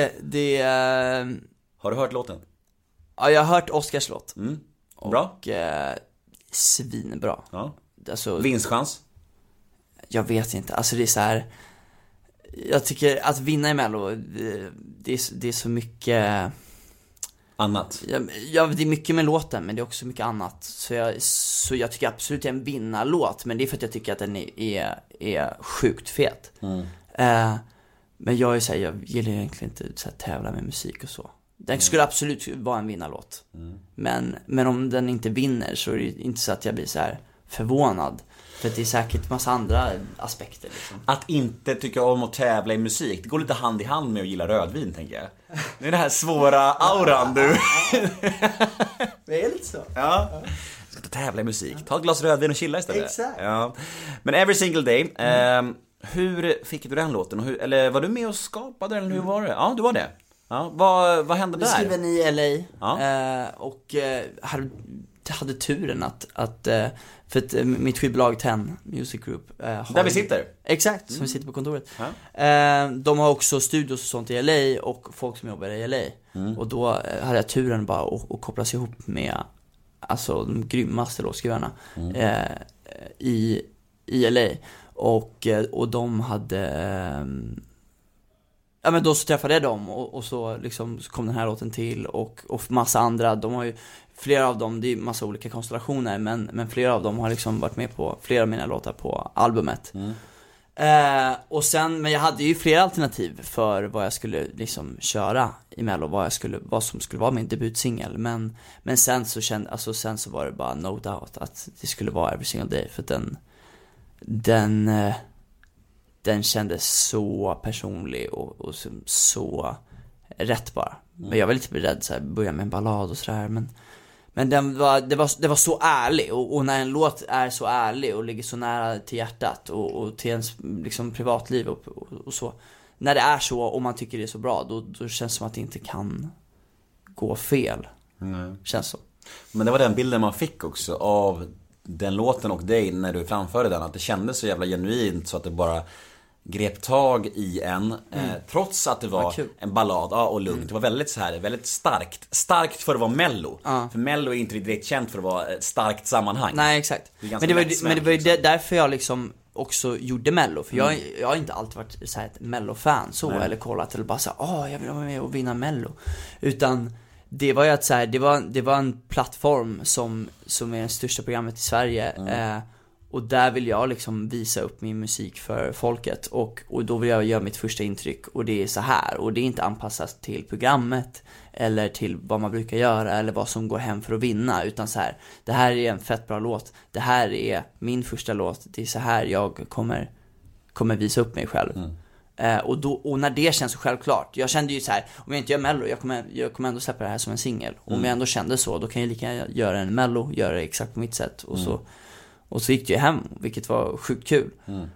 Har du hört låten? Ja, jag har hört Oscars låt. Bra. Och svinbra. Ja. Alltså, vinstchans? Jag vet inte. Alltså det är så här. Jag tycker att vinna i Mello, det är så mycket annat. Ja, det är mycket med låten, men det är också mycket annat. Så jag tycker absolut det är en vinnarlåt, men det är för att jag tycker att den är sjukt fet. Men jag är så här, jag gillar egentligen inte så här, tävla med musik och så. Den skulle absolut vara en vinnarlåt. Men om den inte vinner så är det inte så att jag blir så här förvånad. För att det är säkert massa andra aspekter liksom. Att inte tycka om att tävla i musik, det går lite hand i hand med att gilla rödvin, tänker jag. Det är den här svåra auran du. Det är lite så. Ja. Jag ska inte tävla i musik. Ta ett glas rödvin och chilla istället. Exakt. Ja. Men Every Single Day, hur fick du den låten? Eller var du med och skapade den? Hur var det? Ja, du var det. Ja, vad hände där? Vi skrev den i LA. Ja. Och hade turen att för att mitt skivbolag 10 Music Group där vi sitter. Exakt, som vi sitter på kontoret. De har också studios och sånt i LA och folk som jobbar i LA. Och då hade jag turen bara att kopplas ihop med alltså de grymmaste låtskrivarna i LA. Och de hade ja, men då så träffade jag dem och så liksom så kom den här låten till och massa andra. De har ju flera av dem, det är massa olika konstellationer, men flera av dem har liksom varit med på flera av mina låtar på albumet. Och sen, men jag hade ju flera alternativ för vad jag skulle liksom köra i Mello, vad som skulle vara min debutsingel, men sen så sen så var det bara no doubt att det skulle vara Every Single Day, för den kändes så personlig och så rätt bara. Men jag var lite beredd så här, börja med en ballad och sådär, men det var så ärlig, och när en låt är så ärlig och ligger så nära till hjärtat och till ens liksom privatliv och så, när det är så och man tycker det är så bra, då känns det som att det inte kan gå fel. Känns så. Men det var den bilden man fick också av den låten och dig när du framförde den, att det kändes så jävla genuint, så att det bara grep tag i en, trots att det var en ballad och lugnt. Det var väldigt så här, väldigt starkt för att vara Mello. För Mello är inte direkt känt för att vara ett starkt sammanhang. Nej, exakt. Men det var ju därför jag liksom också gjorde Mello. För jag har inte alltid varit så här ett Mello-fan så, eller kollat eller bara så här, jag vill vara med och vinna Mello. Utan det var ju att så här, det var en plattform som är det största programmet i Sverige. Och där vill jag liksom visa upp min musik för folket, och då vill jag göra mitt första intryck, och det är så här, och det är inte anpassat till programmet eller till vad man brukar göra eller vad som går hem för att vinna, utan så här, det här är en fett bra låt, det här är min första låt, det är så här jag kommer visa upp mig själv. Och när det känns så självklart, jag kände ju så här, om jag inte gör Mello, jag kommer ändå släppa det här som en singel. Om jag ändå kände så, då kan jag lika gärna göra en Mello, göra det exakt på mitt sätt, och så gick det ju hem, vilket var sjukt kul.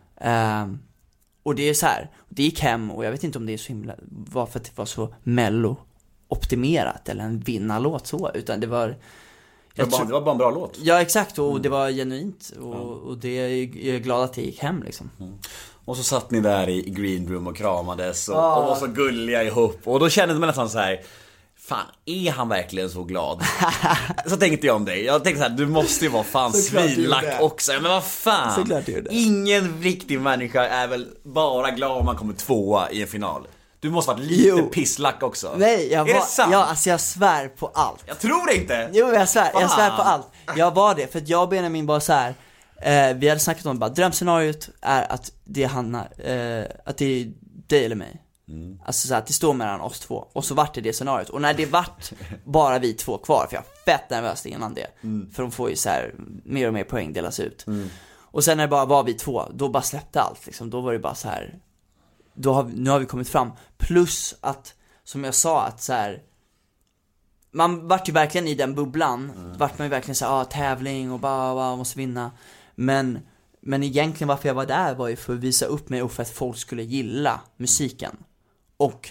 Och det är så här, det gick hem, och jag vet inte om det är så himla, var för att det var så Mello-optimerat eller en vinnarlåt så, utan det var det var bara en bra låt. Ja, exakt, och det var genuint, och det är jag glad att det gick hem liksom. Och så satt ni där i green room och kramades och var så gulliga ihop, och då kände man nästan så här, fan, är han verkligen så glad? Så tänkte jag om dig. Jag tänkte så här, du måste ju vara fan svinlack också. Men vad fan, ingen riktig människa är väl bara glad om man kommer tvåa i en final. Du måste vara lite pisslack också. Nej, är det sant? Ja, alltså jag svär på allt. Jag tror det inte. Jo, jag svär på allt. Jag var det, för att jag och Benjamin bara så här, Vi hade snackat om bara, drömscenariot är att det handlar, att det är dig eller mig. Alltså så att det står mellan oss två. Och så vart det scenariot. Och när det vart bara vi två kvar, för jag var fett nervös innan det, för de får ju så här mer och mer poäng delas ut. Och sen när det bara var vi två, då bara släppte allt liksom. Då var det bara så här, nu har vi kommit fram. Plus att, som jag sa, att så här, man vart ju verkligen i den bubblan. Vart man ju verkligen så här, tävling och bara måste vinna. Men egentligen varför jag var där var ju för att visa upp mig och för att folk skulle gilla musiken. Och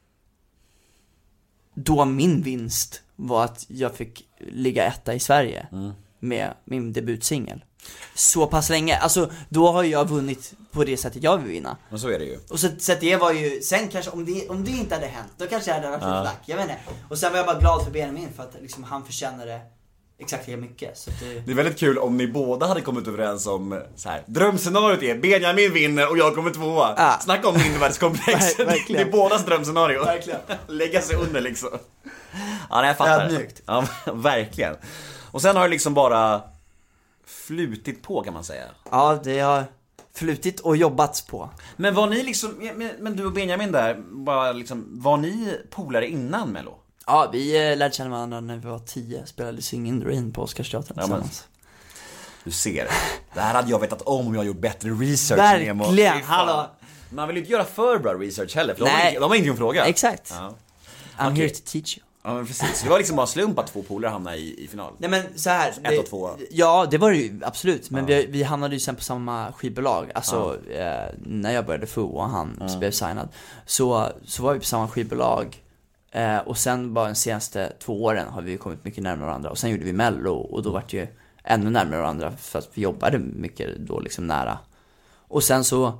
då min vinst var att jag fick ligga etta i Sverige med min debutsingel. Så pass länge, alltså då har jag vunnit på det sättet jag vill vinna. Men så är det ju. Och så det var ju, sen kanske om det inte hade hänt, då kanske jag hade varit lite lack, jag vet inte. Och sen var jag bara glad för Benjamin, för att liksom, han förtjänade exakt lika mycket, så det är väldigt kul om ni båda hade kommit överens om så här: drömscenariot är Benjamin vinner och jag kommer tvåa. Snacka om mindervärdeskomplex. Det är bådas drömscenario. Verkligen. Lägga sig under liksom. Ja, nej, jag fattar. Ja, verkligen. Och sen har det liksom bara flutit på, kan man säga. Ja, det har flutit och jobbats på. Men var ni liksom, men du och Benjamin där, bara liksom, var ni polare innan Mello? Ja, vi lärde känna varandra när vi var 10. Spelade Sing in the Rain på Oscarsteatern tillsammans. Du ser, det här hade jag vetat om jag gjort bättre research. Verkligen, hallå. Man vill ju inte göra för bra research heller, för de har inte en fråga. Exakt. I'm here to teach you. Ja, men precis. Det var liksom bara slump att två polare hamnade i final. Nej, men så här, 1 och 2. Ja, det var det ju absolut. Men vi hamnade ju sen på samma skivbolag. Alltså när jag började få och han blev signad, så var vi på samma skivbolag. Och sen bara de senaste 2 åren har vi kommit mycket närmare varandra. Och sen gjorde vi Mello, och då var det ju ännu närmare varandra, för att vi jobbade mycket då liksom nära. Och sen så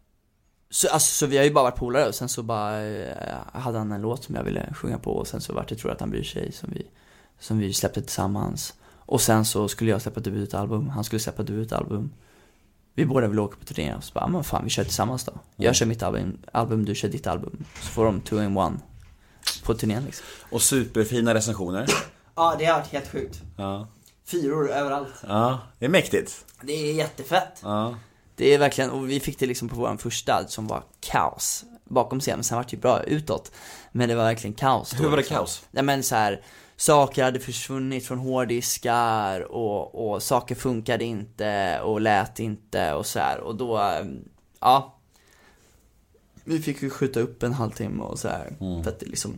vi har ju bara varit polare. Och sen så bara hade han en låt som jag ville sjunga på. Och sen så var det, tror jag, att han bryr sig, som vi släppte tillsammans. Och sen så skulle jag släppa debutalbum, han skulle släppa debutalbum. Vi båda ville åka på turné. Och så bara, men fan, vi kör tillsammans då. Jag kör mitt album, du kör ditt album. Så får de 2-in-1 på turnén liksom. Och superfina recensioner. Ja, det har varit helt sjukt. 4 överallt. Ja, det är mäktigt. Det är jättefett. Det är verkligen, och vi fick det liksom på vår första, som var kaos bakom scenen. Sen var det ju bra utåt, men det var verkligen kaos. Hur var det kaos? Ja, men så här, saker hade försvunnit från hårddiskar, och saker funkade inte och lät inte och så här. Och då, vi fick ju skjuta upp en halvtimme och så här, för att det liksom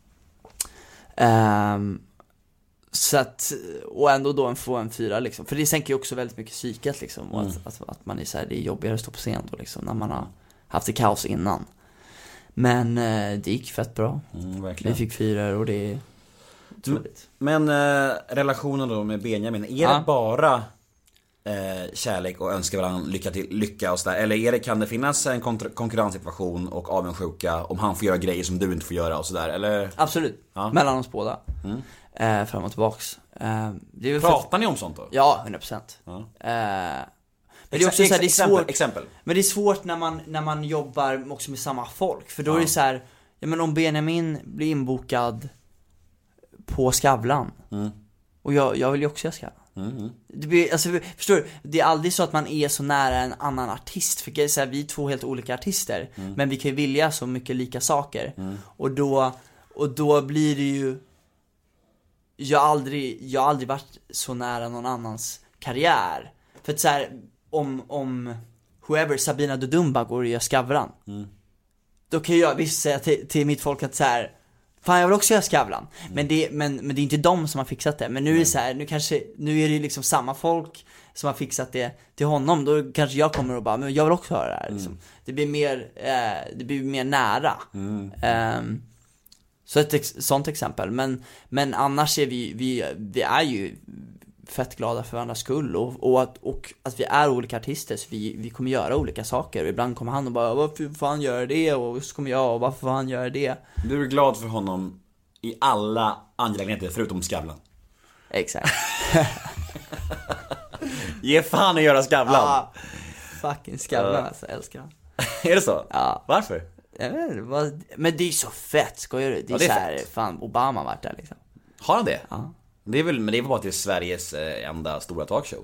så att, och ändå då få en 4 liksom. För det sänker ju också väldigt mycket psyket liksom. Och att man är så här, det är jobbigare att stå på scen då liksom, när man har haft det kaos innan. Men det gick fett bra. Vi fick 4 och det är otroligt. Men relationen då med Benjamin, är det bara kärlek och önska varandra lycka och sådär? Eller kan det finnas en konkurrenssituation och avundsjuka om han får göra grejer som du inte får göra och sådär? Eller? Absolut, mellan oss båda. Fram och tillbaks. Pratar ni om sånt då? Ja, 100%. Men det är också så här, det är svårt. Exempel. Men det är svårt när man jobbar också med samma folk. För då är det så här, ja, men om Benjamin blir inbokad på Skavlan, och jag vill ju också göra Skavlan. Det blir, alltså, förstår du, det är aldrig så att man är så nära en annan artist. För så här, vi är 2 helt olika artister, men vi kan ju vilja så mycket lika saker. Och då blir det ju, jag har aldrig varit så nära någon annans karriär. För att så här, om whoever, Sabina Dudumba går och gör Skavlan, då kan jag visst säga till mitt folk att så här, fan, jag vill också göra Skavlan. Men det är inte de som har fixat det. Men nu är det så här, nu är det liksom samma folk som har fixat det till honom. Då kanske jag kommer och bara, men jag vill också höra det här liksom. Det blir mer nära. Så ett sånt exempel. Men annars är vi är ju fett glada för varandras skull, och att vi är olika artister, så vi kommer göra olika saker. Och ibland kommer han och bara, varför får han göra det? Och så kommer jag, och varför får han göra det? Du är glad för honom i alla angelägenheter förutom Skavlan. Exakt. Ge fan att göra Skavlan. Fucking Skavlan, alltså, älskar han. Är det så? Ja. Varför? Men det är så fett, skojar du? Det är så här, fan, Obama varit där liksom. Har han det? Ja. Men det är väl bara till Sveriges enda stora talkshow.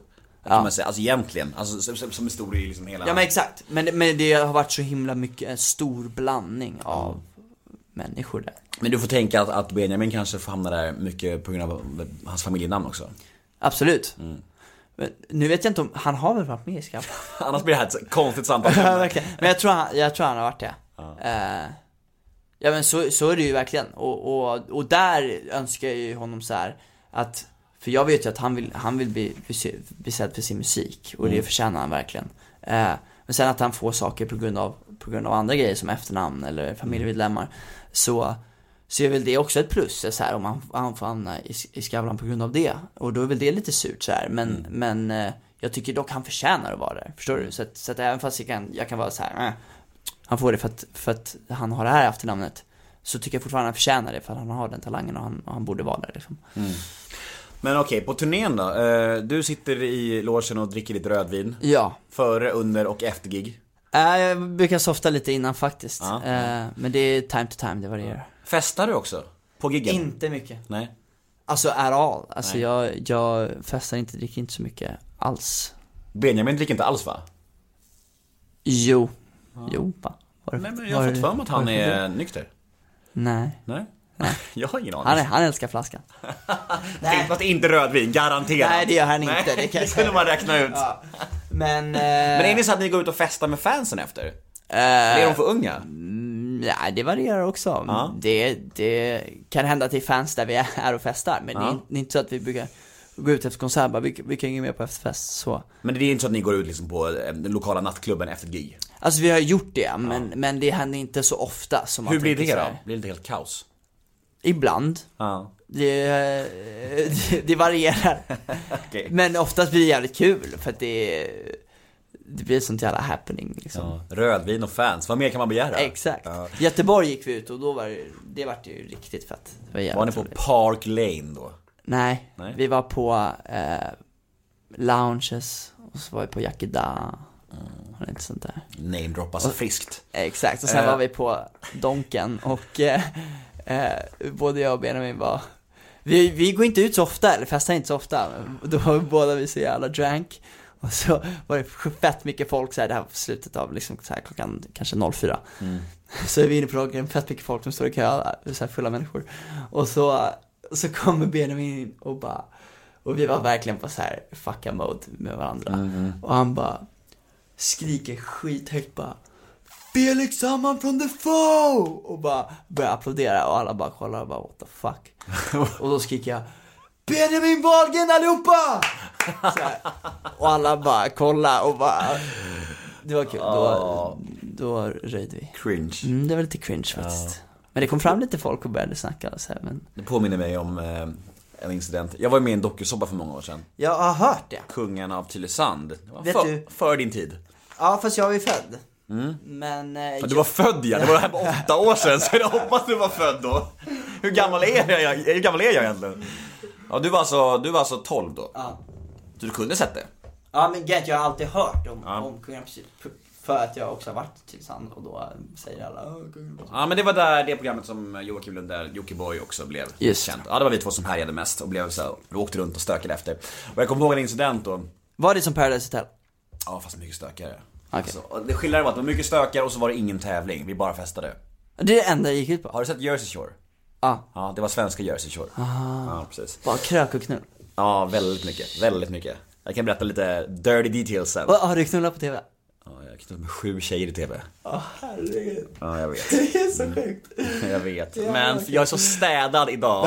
kan man säga. Alltså egentligen, alltså, som är stor i liksom hela... Ja men exakt, men det har varit så himla mycket, en stor blandning av människor där. Men du får tänka att Benjamin kanske får hamna där mycket på grund av hans familjenamn också. Absolut. Men nu vet jag inte om, han har väl varit med i Skavlan. Annars blir det här ett konstigt samtal. Men jag tror han har varit det. Ja men så är det ju verkligen. Och där önskar jag ju honom så här att, för jag vet ju att han vill bli sedd för sin musik, och det förtjänar han verkligen. Men sen att han får saker på grund av andra grejer som efternamn eller familjemedlemmar, så är väl det också ett plus så här, om han får hamna i Skavlan på grund av det. Och då är väl det lite surt så här, men jag tycker dock han förtjänar att vara där. Förstår du? Så att även fast jag kan vara så här, han får det för att han har det här efternamnet, så tycker jag fortfarande han förtjänar det, för att han har den talangen, och han borde vara där liksom. Men okej, på turnén då. Du sitter i logen och dricker lite rödvin. Ja. Före, under och efter gig. Jag brukar softa lite innan faktiskt. Men det är time to time, det varierar. Festar du också? På giggen? Inte mycket. Nej. Alltså alltså jag festar inte, dricker inte så mycket alls. Benjamin dricker inte alls, va? Jo, va? Men jag har fått för mig att han är nykter. Nej. Jag har ingen aning. Han älskar flaskan. Nej. Fast inte rödvin, garanterat. Nej, det gör han inte. Det kunde man räkna ut. Ja. Men är det så att ni går ut och festar med fansen efter? Eller är de för unga? Nej, det varierar också. Det kan hända att det är fans där vi är och festar. Men det är inte så att vi brukar gå ut efter konsert. Bara, vi kan gå med på efterfest. Så. Men det är inte så att ni går ut liksom på den lokala nattklubben efter gig? Alltså vi har gjort det, men det händer inte så ofta som. Hur blir det då? Blir det helt kaos? Ibland. Det varierar. Okay. Men oftast blir det jävligt kul, för att det blir sånt jävla happening liksom. Rödvin och fans, vad mer kan man begära? Exakt. Göteborg gick vi ut, och då var det ju riktigt fett. Var ni på Park Lane då? Nej. Vi var på lounges, och så var vi på Yakida och lite sånt där. Name-droppas friskt. Exakt, och sen var vi på Donken, och både jag och Benjamin var... Vi går inte ut så ofta, eller festar inte så ofta. Då var båda vi så jävla drank. Och så var det fett mycket folk så här, det här var slutet av liksom så här, klockan kanske 04. Så är vi inne på dagen, fett mycket folk som står i kö, så här fulla människor. Och så kommer Benjamin in och vi var verkligen på så här fucka mode med varandra. Och han bara skriker skithögt bara, Felix Sandman från The Foe! Och bara börjar applådera, och alla bara kollar och bara what the fuck. Och då skriker jag, Benjamin Wahlgren allihopa! Så här. Och alla bara kollar och bara, det var kul. Då röjde vi. Cringe. Det var lite cringe faktiskt. Men det kom fram lite folk och började snacka och så här, men... Det påminner mig om en incident. Jag var med i en dokusåpa för många år sedan. Jag har hört det. Kungen av Tylösand. Vet du? För din tid. Ja, fast jag var ju född. Men du var född, ja. Det var det här på 8 år sedan. Så jag hoppas du var född då. Hur gammal är jag egentligen? Ja, du var alltså 12 då. Ja. Så du kunde sett det? Ja, men jag har alltid hört om kungen, för att jag också har varit till Sand, och då säger alla kungen. Ja, men det var där det programmet som Joakim Lundell, Jockiboi också blev känt. Ja, det var vi två som härjade mest och blev så, vi åkte runt och stökade efter. Och jag kommer ihåg en incident då. Var det som Paradise Hotel? Ja, fast mycket stökigare. Okay. Alltså, det skillnaden var att det var mycket stökigare, och så var det ingen tävling. Vi bara festade. Det är det enda jag gick ut på. Har du sett Jersey Shore? Ja, det var svenska Jersey Shore. Ja, precis. Bara krök och knull. Ja, väldigt mycket. Jag kan berätta lite dirty details sen. Har du knullat på tv? Ja, jag har knullat med 7 tjejer i tv. Herregud. Ja, jag vet. Det är så sjukt. Jag vet. Men jag är så städad idag.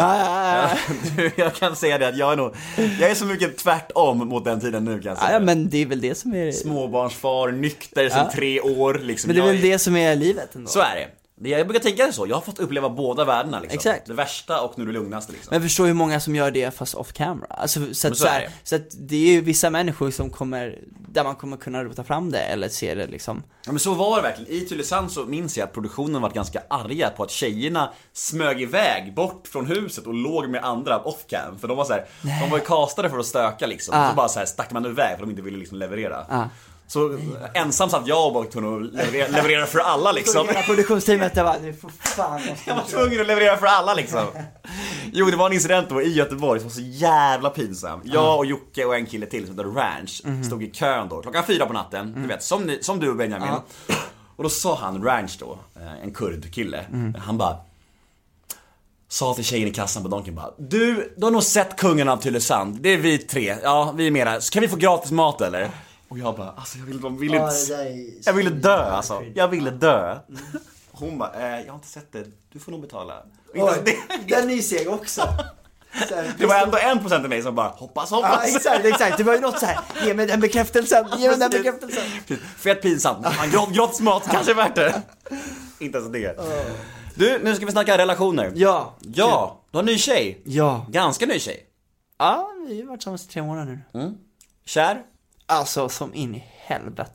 Jag kan säga det att jag är så mycket tvärtom mot den tiden nu, kan jag säga. Ja, men det är väl det som är... Småbarnsfar, nykter sedan 3 år liksom. Men det är väl det som är livet ändå. Så är det. Jag brukar tänka det så. Jag har fått uppleva båda världarna liksom. Exakt. Det värsta och nu det lugnaste liksom. Men förstår hur många som gör det fast off camera. Alltså, så att det är ju vissa människor som där man kommer kunna rota fram det eller se det liksom. Ja, men så var det verkligen. I Tylösand så minns jag att produktionen var ganska arga på att tjejerna smög iväg bort från huset och låg med andra off cam. För de var så här, de var ju castade för att stöka liksom. Så bara så här stack man iväg för de inte ville liksom leverera. Så ensam satt jag och var tvungen att leverera för alla liksom. Produktionsteamet var fan. Jag var tvungen att leverera för alla liksom. Jo, det var en incident då i Göteborg som var så jävla pinsam. Jag och Jocke och en kille till som heter Ranch stod i kön då, 4:00 på natten. Du vet, som du och Benjamin. Och då sa han, Ranch då, en kurdkille. Han bara sa till tjejen i kassan på Donken bara: Du har nog sett kungen av Tylösand. Det är vi 3, ja vi är mera. Så kan vi få gratis mat eller? Och jag bara, alltså jag ville dö alltså. Jag ville dö. Hon bara, jag har inte sett det. Du får nog betala. Den är seg också. Det var ändå 1% av mig som bara hoppas. Ja, exakt. Det var ju något så här. Ge mig den bekräftelsen. Fett pinsamt. Gratis mat kanske är värt det. Inte ens det. Du, nu ska vi snacka relationer. Ja, du har en ny tjej. Ja. Ganska ny tjej. Ja, vi har ju varit tillsammans i 3 månader nu. Kär? Alltså, som in i helvete.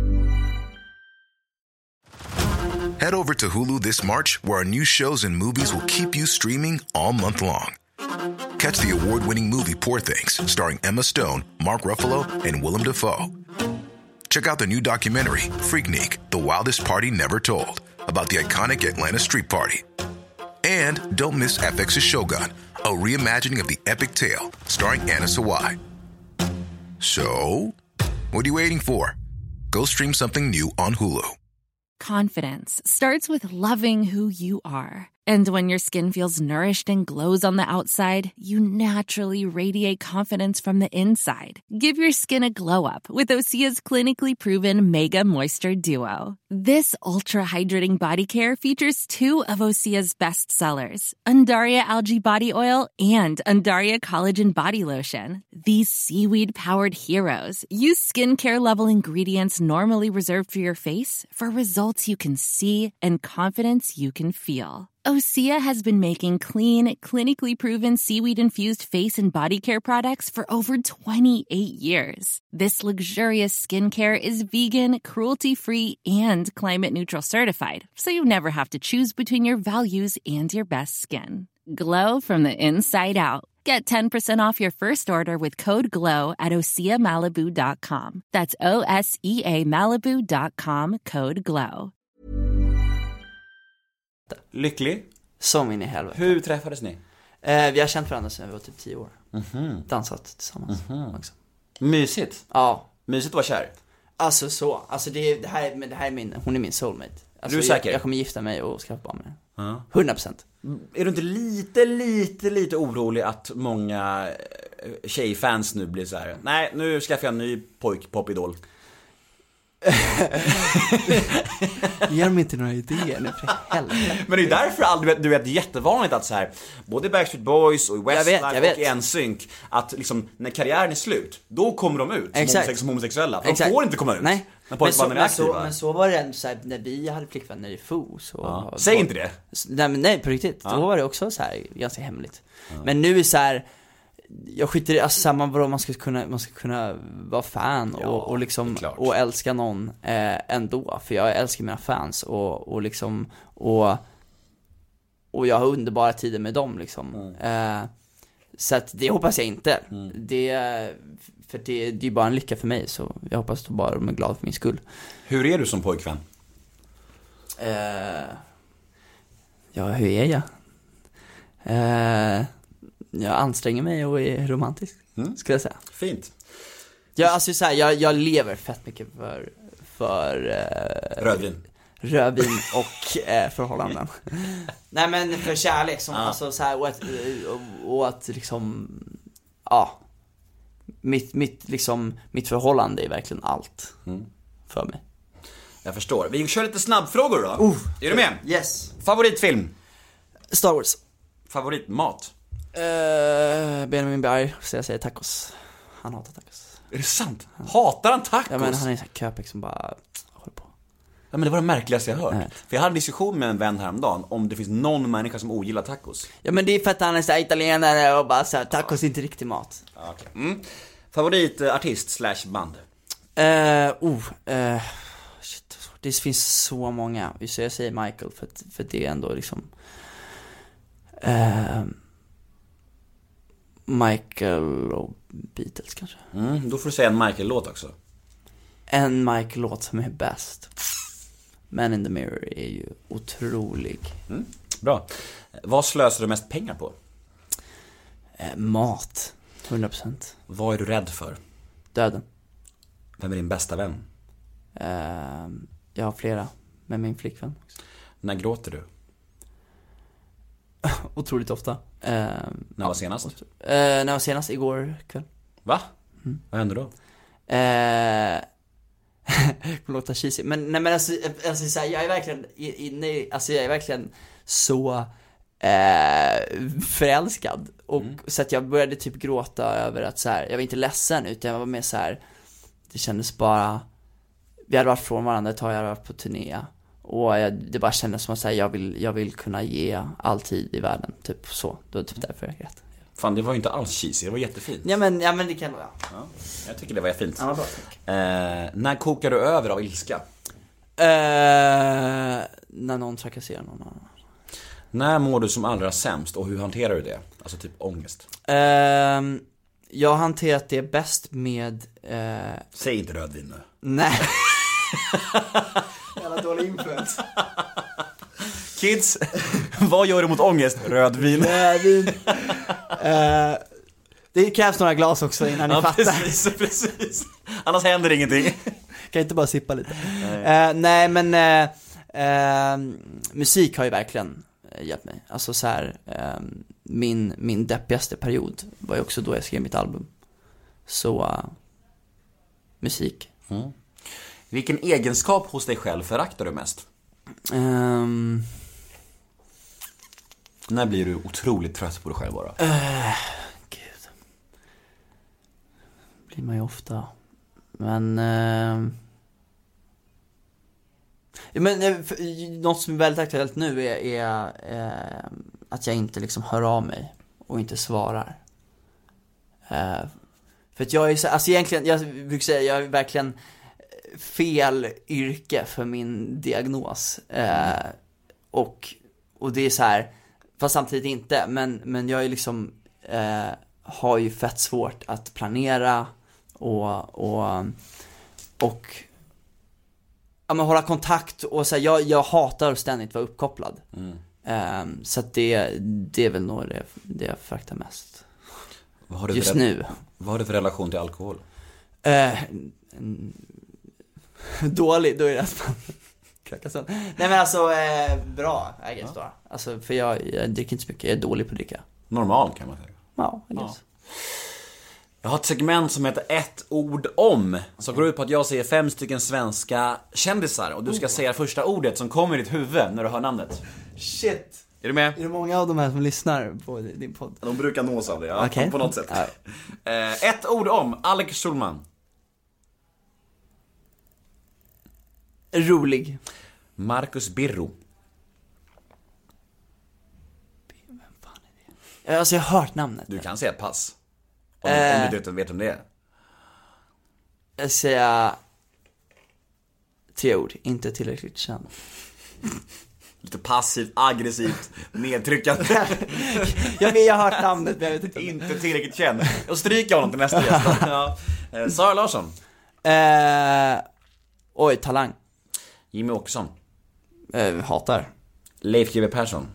Head over to Hulu this March, where our new shows and movies will keep you streaming all month long. Catch the award-winning movie Poor Things, starring Emma Stone, Mark Ruffalo, and Willem Dafoe. Check out the new documentary, Freaknik, The Wildest Party Never Told, about the iconic Atlanta street party. And don't miss FX's Shogun, a reimagining of the epic tale, starring Anna Sawai. So, what are you waiting for? Go stream something new on Hulu. Confidence starts with loving who you are. And when your skin feels nourished and glows on the outside, you naturally radiate confidence from the inside. Give your skin a glow up with Osea's clinically proven Mega Moisture Duo. This ultra-hydrating body care features 2 of Osea's best sellers, Undaria Algae Body Oil and Undaria Collagen Body Lotion. These seaweed-powered heroes use skincare-level ingredients normally reserved for your face for results you can see and confidence you can feel. Osea has been making clean, clinically proven seaweed-infused face and body care products for over 28 years. This luxurious skincare is vegan, cruelty-free, and climate-neutral certified, so you never have to choose between your values and your best skin. Glow from the inside out. Get 10% off your first order with code GLOW at OseaMalibu.com. That's OSEAMalibu.com, code GLOW. Lycklig? Som in i helvete. Hur träffades ni? Vi har känt varandra sedan vi var typ 10 år. Dansat tillsammans också. Mysigt? Ja. Mysigt att vara kär? Alltså så. Alltså det här är hon är min soulmate. Alltså, är du säker? Jag kommer gifta mig och skaffa barn med henne. 100%. Är du inte lite orolig att många tjejfans nu blir så här: nej, nu skaffar jag en ny pop-idol? Ger dem inte några idéer nu för helvete. Men det är därför du vet jättevanligt att så här, både Backstreet Boys och Westlife och NSYNC, att liksom när karriären är slut, då kommer de ut som homosexuella. De får inte komma ut. Nej. Men så var det så här, när vi hade flickvänner i FO så säg inte det. Nej, på riktigt. Då var det också så här ganska hemligt. Men nu är så här, jag skiter i samma vad man ska kunna vara fan och liksom och älska någon ändå, för jag älskar mina fans och liksom och jag har underbara tider med dem liksom. Så att det hoppas jag inte. För det är ju bara en lycka för mig, så jag hoppas att bara de är glada för min skull. Hur är du som pojkvän? Ja, hur är jag? Jag anstränger mig och är romantisk, skulle jag säga. Fint. Alltså så här, jag lever fett mycket för rödvin och förhållanden. Nej, men för kärlek som, alltså så här, och att liksom mitt förhållande är verkligen allt för mig. Jag förstår. Vi kör lite snabbfrågor då. Är du med? Yes. Favoritfilm? Star Wars. Favoritmat? Benjamin Berg, så jag säger tacos. Han hatar tacos. Är det sant? Hatar han tacos? Ja, men han är en sån här köpek som bara håller på. Ja, men det var det märkligaste jag hört. För jag hade en diskussion med en vän häromdagen om det finns någon människa som ogillar tacos. Ja, men det är för att han är så här italienare och bara så här, tacos är inte riktig mat. Okay. Favoritartist / band? Shit. Det finns så många. Så jag säger Michael för det är ändå liksom Michael och Beatles kanske. Då får du säga en Michael-låt också. En Michael-låt som är bäst. Man in the Mirror är ju otrolig. Bra. Vad slösar du mest pengar på? Mat, 100%. Vad är du rädd för? Döden. Vem är din bästa vän? Jag har flera, med min flickvän också. När gråter du? Otroligt ofta. När var senast? När var senast? Igår kväll. Va? Vad hände då? Låta cheesy. Men alltså så här, jag är verkligen jag är verkligen så förälskad. Och så att jag började typ gråta över att så här, jag var inte ledsen, utan jag var mer så här, det kändes bara, vi hade varit från varandra ett tag, jag hade varit på turné. Och det bara kändes som att säga, jag vill kunna ge all tid i världen, typ så. Det var typ därför jag grät. Fan, det var ju inte alls cheesy, det var jättefint. Ja men det kan vara. Ja, jag tycker det var fint. Ja, bra, när kokar du över av ilska? När någon trakasserar någon annan. När mår du som allra sämst och hur hanterar du det? Alltså typ ångest. Jag har hanterat det bäst med Säg inte rödvin nu. Nej. Jävla dålig influens. Kids, vad gör du mot ångest? Rödvin. Det krävs några glas också innan ni fattar. Precis. Annars händer ingenting. Kan inte bara sippa lite. Nej men musik har ju verkligen hjälpt mig. Alltså så här, min deppigaste period var ju också då jag skrev mitt album. Så musik. Vilken egenskap hos dig själv föraktar du mest? När blir du otroligt trött på dig själv bara? Gud. Blir man ju ofta. Men något som är väldigt aktuellt nu är att jag inte liksom hör av mig och inte svarar. För att jag är så, alltså egentligen, jag brukar säga, jag är verkligen fel yrke för min diagnos. Och det är så här, fast samtidigt inte, men jag är liksom har ju fett svårt att planera och ja, men hålla kontakt och så här, jag hatar att ständigt vara uppkopplad. Så att det är väl nog det jag fraktar mest. Just nu. Vad har du för relation till alkohol? Dålig, då är det att man krackas. Nej men alltså bra, I guess då. Alltså för jag dricker inte så mycket, jag är dålig på att dricka. Normal kan man säga. Ja, I guess. Jag har ett segment som heter ett ord om, som går ut på att jag säger 5 stycken svenska kändisar och du ska säga första ordet som kommer i ditt huvud när du hör namnet. Shit. Är du med? Är det många av de här som lyssnar på din podd? De brukar nås av det, ja, okay. På något sätt. Ett ord om Alex Schulman. Rolig. Marcus Birro. Vem fan är det? Alltså jag har hört namnet. Du kan säga ett pass. Om du inte vet om det är. Jag säger 3 ord, inte tillräckligt känd. Lite passivt, aggressivt, nedtryckande. Jag har hört namnet, men jag vet inte tillräckligt känd. Jag stryker honom till nästa gäst. Ja. Sara Larsson. Talang. Jimmy Åkesson. Hatar. Leif GW Persson.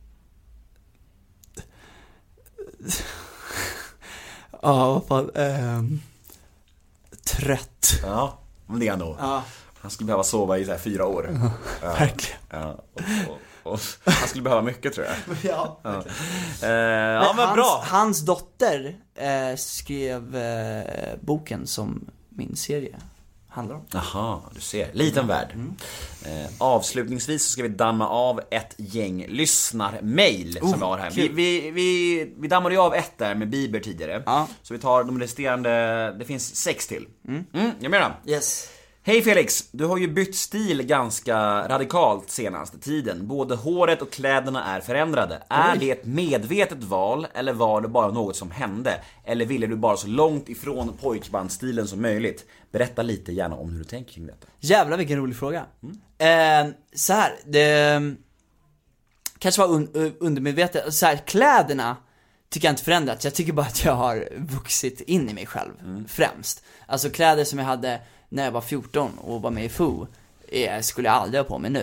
Vad fan. Trött. Ja, men det är nog. Ja. Han skulle behöva sova i så här 4 år. Verkligen. Ja, och han skulle behöva mycket, tror jag. Ja. Men bra. Hans dotter skrev boken som min serie handlar om. Jaha, du ser. Liten värld. Avslutningsvis så ska vi damma av ett gäng lyssnarmail som vi har här. Vi dammade ju av ett där med Bieber tidigare. Så vi tar de resterande, det finns 6 till. Jag menar. Yes. Hej Felix, du har ju bytt stil ganska radikalt senaste tiden. Både håret och kläderna är förändrade. Är det ett medvetet val eller var det bara något som hände? Eller ville du bara så långt ifrån pojkbandstilen som möjligt? Berätta lite gärna om hur du tänker kring detta. Jävlar vilken rolig fråga. Så här, det kanske var undermedvetet. Så här, kläderna tycker jag inte förändrats. Jag tycker bara att jag har vuxit in i mig själv främst. Alltså kläder som jag hade när jag var 14 och var med i Foo skulle jag aldrig ha på mig nu.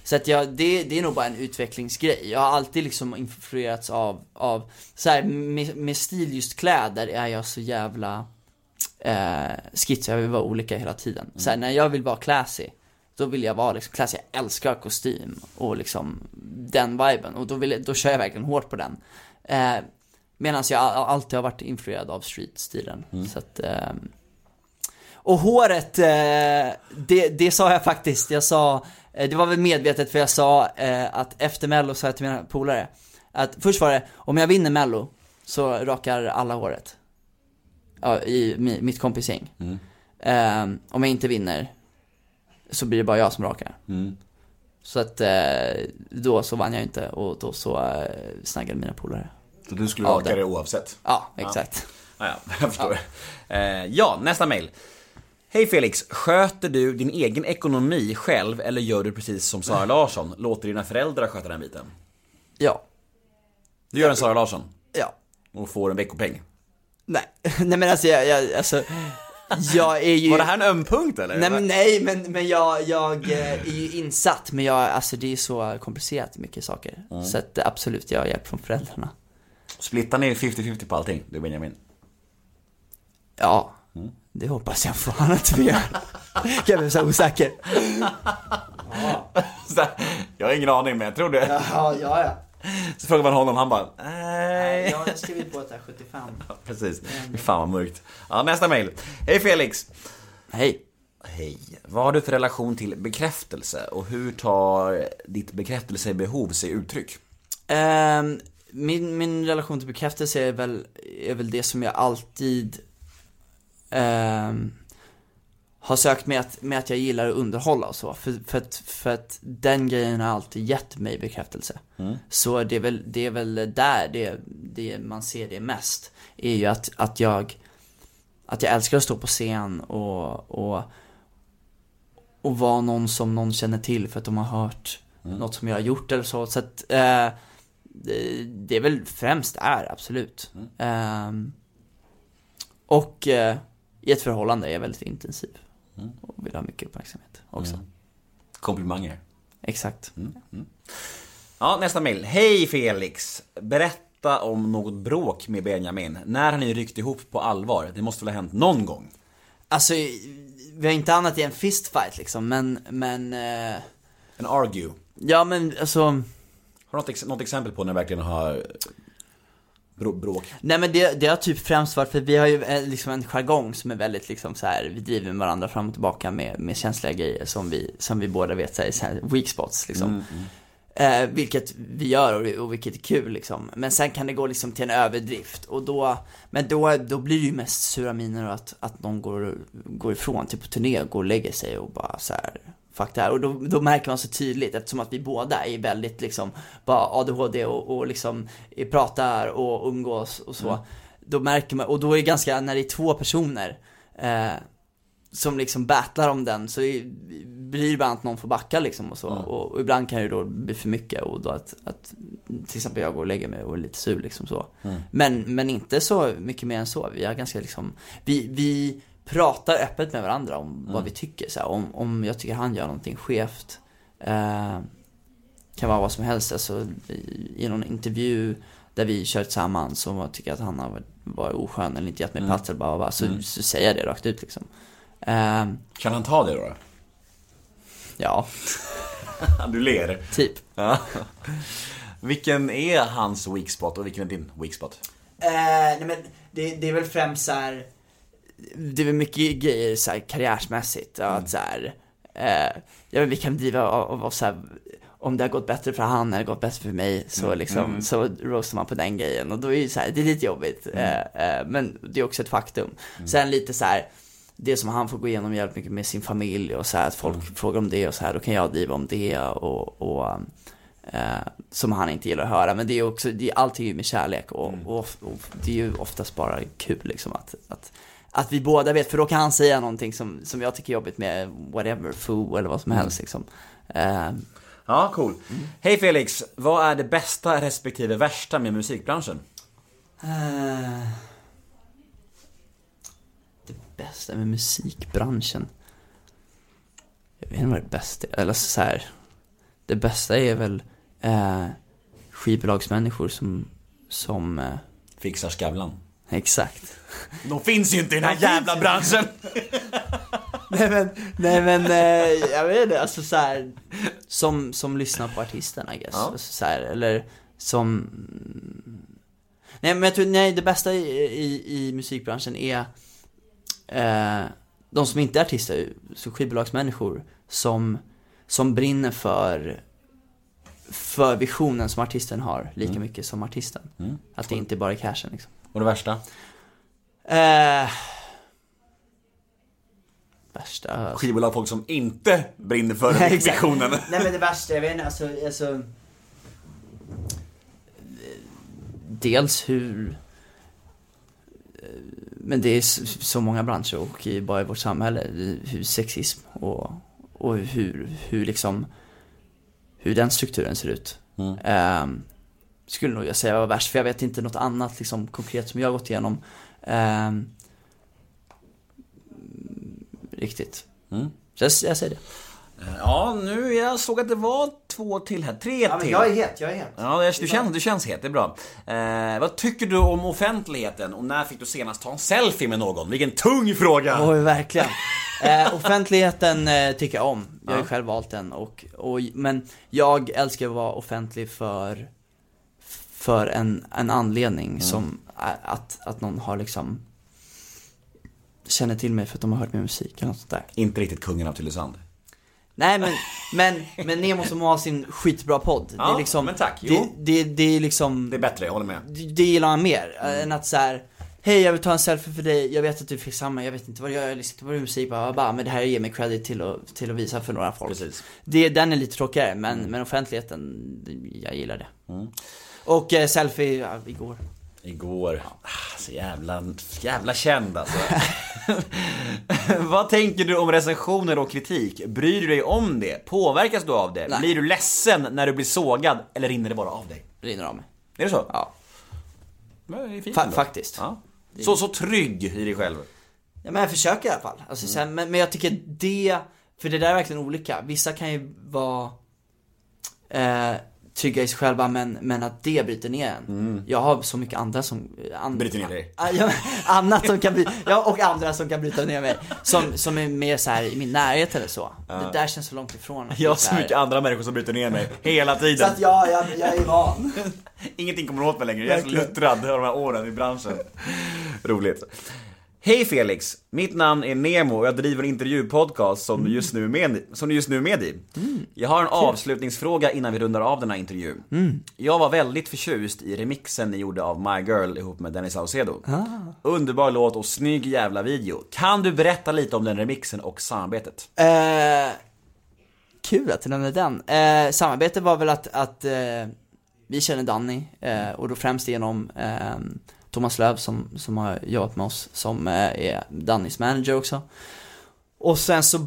Så att det är nog bara en utvecklingsgrej. Jag har alltid liksom influerats av så här, med stil, just kläder är jag så jävla skitsig. Jag vill vara olika hela tiden. Så här, när jag vill vara classy, då vill jag vara liksom classy. Jag älskar kostym och liksom den viben. Och då kör jag verkligen hårt på den. Medan jag alltid har varit influerad av street-stilen. Så att, och håret, det sa jag faktiskt. Jag sa, det var väl medvetet, för jag sa att efter Mello sa jag till mina polare att först var det, om jag vinner Mello så rakar alla håret. Ja, i mitt kompisgäng. Om jag inte vinner så blir det bara jag som rakar. Så att då så vann jag inte, och då så snaggade mina polare. Så du skulle raka det oavsett? Ja, exakt. Ja, jag förstår. Ja, nästa mejl. Hej Felix, sköter du din egen ekonomi själv eller gör du precis som Sara Larsson? Låter dina föräldrar sköta den biten? Ja. Du gör en Sara Larsson? Ja. Och får en veckopeng? Nej, men alltså jag är ju... Var det här en ömpunkt eller? Men jag är ju insatt. Men alltså det är så komplicerat, mycket saker. Så att absolut, jag har hjälp från föräldrarna. Splittar ni 50-50 på allting, du Benjamin? Ja, det hoppas jag fan att vi gör. Jag är så osäker. Jag har ingen aning, men jag tror det. Ja. Så frågar man honom, han bara nej. Ja, jag skriver på det här 75. Ja, precis, fan vad mörkt. Ja, nästa mejl. Hej Felix. Hej. Vad har du för relation till bekräftelse? Och hur tar ditt bekräftelsebehov sig uttryck? Min relation till bekräftelse är väl det som jag alltid har sökt med att jag gillar att underhålla och så. För att den grejen har alltid gett mig bekräftelse. Så det är väl där det man ser det mest. Är ju att jag älskar att stå på scen och vara någon som någon känner till för att de har hört något som jag har gjort eller så. Så att det är väl främst absolut. Och i ett förhållande är jag väldigt intensiv och vill ha mycket uppmärksamhet också. Komplimanger. Exakt. Ja, nästa mejl. Hej Felix, berätta om något bråk med Benjamin. När har ni ryckt ihop på allvar? Det måste väl ha hänt någon gång? Alltså, vi har inte annat i en fistfight liksom, men en argue. Ja, men alltså, har du något exempel på när det verkligen har bråk? Nej, men det har typ främst varit för vi har ju liksom en jargong som är väldigt liksom så här, vi driver med varandra fram och tillbaka med känsliga grejer som vi båda vet så här weak spots liksom. Vilket vi gör och vilket är kul liksom. Men sen kan det gå liksom till en överdrift och då blir det ju mest sura miner och att någon går ifrån typ på turné och går och lägger sig och bara så här fuck det här. Och då märker man så tydligt, eftersom att vi båda är väldigt liksom bara ADHD och liksom pratar och umgås och så. Då märker man, och då är det ganska, när det är två personer som liksom battlar om den, så blir det bara att någon får backa liksom och så. Och ibland kan det då bli för mycket och då att till exempel jag går och lägger mig och är lite sur liksom så. Men inte så mycket mer än så. Vi har ganska liksom, vi pratar öppet med varandra om vad vi tycker så här, om jag tycker han gör någonting skevt, kan vara vad som helst, alltså i någon intervju där vi kör tillsammans så tycker jag att han har varit oskön eller inte gett mig plats eller bara så säger jag det rakt ut liksom. Kan han ta det då? Ja. Du ler. Typ. Ja. Vilken är hans weak spot och vilken är din weak spot? Nej, men det är väl främst så här, det är väl mycket grejer så här karriärsmässigt att så här, ja, men vi kan driva av så här, om det har gått bättre för han eller gått bättre för mig så liksom så roastar man på den grejen och då är det så här, det är lite jobbigt men det är också ett faktum. Sen lite så här, det som han får gå igenom jävligt mycket med sin familj och så här, att folk frågar om det och så här, då kan jag driva om det och som han inte gillar att höra, men det är också, allting är med kärlek och det är ju oftast bara kul liksom att vi båda vet, för då kan han säga någonting som jag tycker är jobbigt med whatever, foo eller vad som helst liksom. Ja, cool. Hej Felix, vad är det bästa respektive värsta med musikbranschen? Det bästa med musikbranschen, jag vet inte vad det bästa är, eller så här, det bästa är väl skivbolagsmänniskor som fixar Skavlan. Exakt. De finns ju inte i den här jävla branschen. Nej men jag vet inte, alltså så här, som lyssnar på artisterna, I guess. Ja. Alltså, så här, eller som nej men jag tror det bästa i musikbranschen är de som inte är artister, så skivbolagsmänniskor som brinner för visionen som artisten har lika mycket som artisten. Att det inte bara är cashen liksom. Och det värsta? Värsta skivbolag, folk som inte brinner för visionen. Nej men det värsta, jag vet inte, alltså dels hur, men det är så många branscher och bara i vårt samhälle, hur sexism och hur liksom hur den strukturen ser ut. Skulle nog jag säga var värst, för jag vet inte något annat liksom konkret som jag har gått igenom riktigt. Så jag säger det. Ja, nu jag såg att det var 2 till här, 3 ja, till. Jag är het. Ja, du känns het, det är bra. Vad tycker du om offentligheten och när fick du senast ta en selfie med någon? Vilken tung fråga. Oj, verkligen. Offentligheten tycker jag om. Jag har ju själv valt den men jag älskar att vara offentlig för en anledning som att någon har liksom känner till mig för att de har hört min musik eller något sånt där. Inte riktigt kungen av Tylösand. Nej men Nemo som har sin skitbra podd. Ja, det är liksom, men tack. Det är liksom, det är bättre, jag håller med. Det gillar man mer än att så här: hej, jag vill ta en selfie för dig. Jag vet att du fick samma, jag vet inte vad jag lyssnar på din musik, bara men det här ger mig credit till att visa för några folk. Precis. Den är lite tråkigare, men offentligheten, jag gillar det. Och selfie igår. Så jävla känd alltså. Vad tänker du om recensioner och kritik? Bryr du dig om det? Påverkas du av det? Nej. Blir du ledsen när du blir sågad? Eller rinner det bara av dig? Rinner av mig. Är det så? Ja. Det är fint Faktiskt. Ja. Så trygg i dig själv. Ja, men jag försöker i alla fall. Alltså, sen, men jag tycker för det där är verkligen olika. Vissa kan ju vara trygga i sig själva, men att det bryter ner en. Jag har så mycket andra som bryter ner dig. Annat som kan och andra som kan bryta ner mig, som är mer så här i min närhet eller så. Det där känns så långt ifrån. Jag har så mycket andra människor som bryter ner mig hela tiden. Så att jag är van. Ingenting kommer åt mig längre. Jag är så luttrad av de här åren i branschen. Roligt. Hej Felix, mitt namn är Nemo och jag driver en intervjupodcast som du just nu är med i. Jag har en avslutningsfråga innan vi rundar av den här intervjun. Jag var väldigt förtjust i remixen ni gjorde av My Girl ihop med Dennis Saucedo. Underbar låt och snygg jävla video. Kan du berätta lite om den remixen och samarbetet? Kul att du nämnde den. Samarbetet var väl att vi känner Danny och då främst genom Thomas Löv som har jobbat med oss, som är Dannys manager också. Och sen så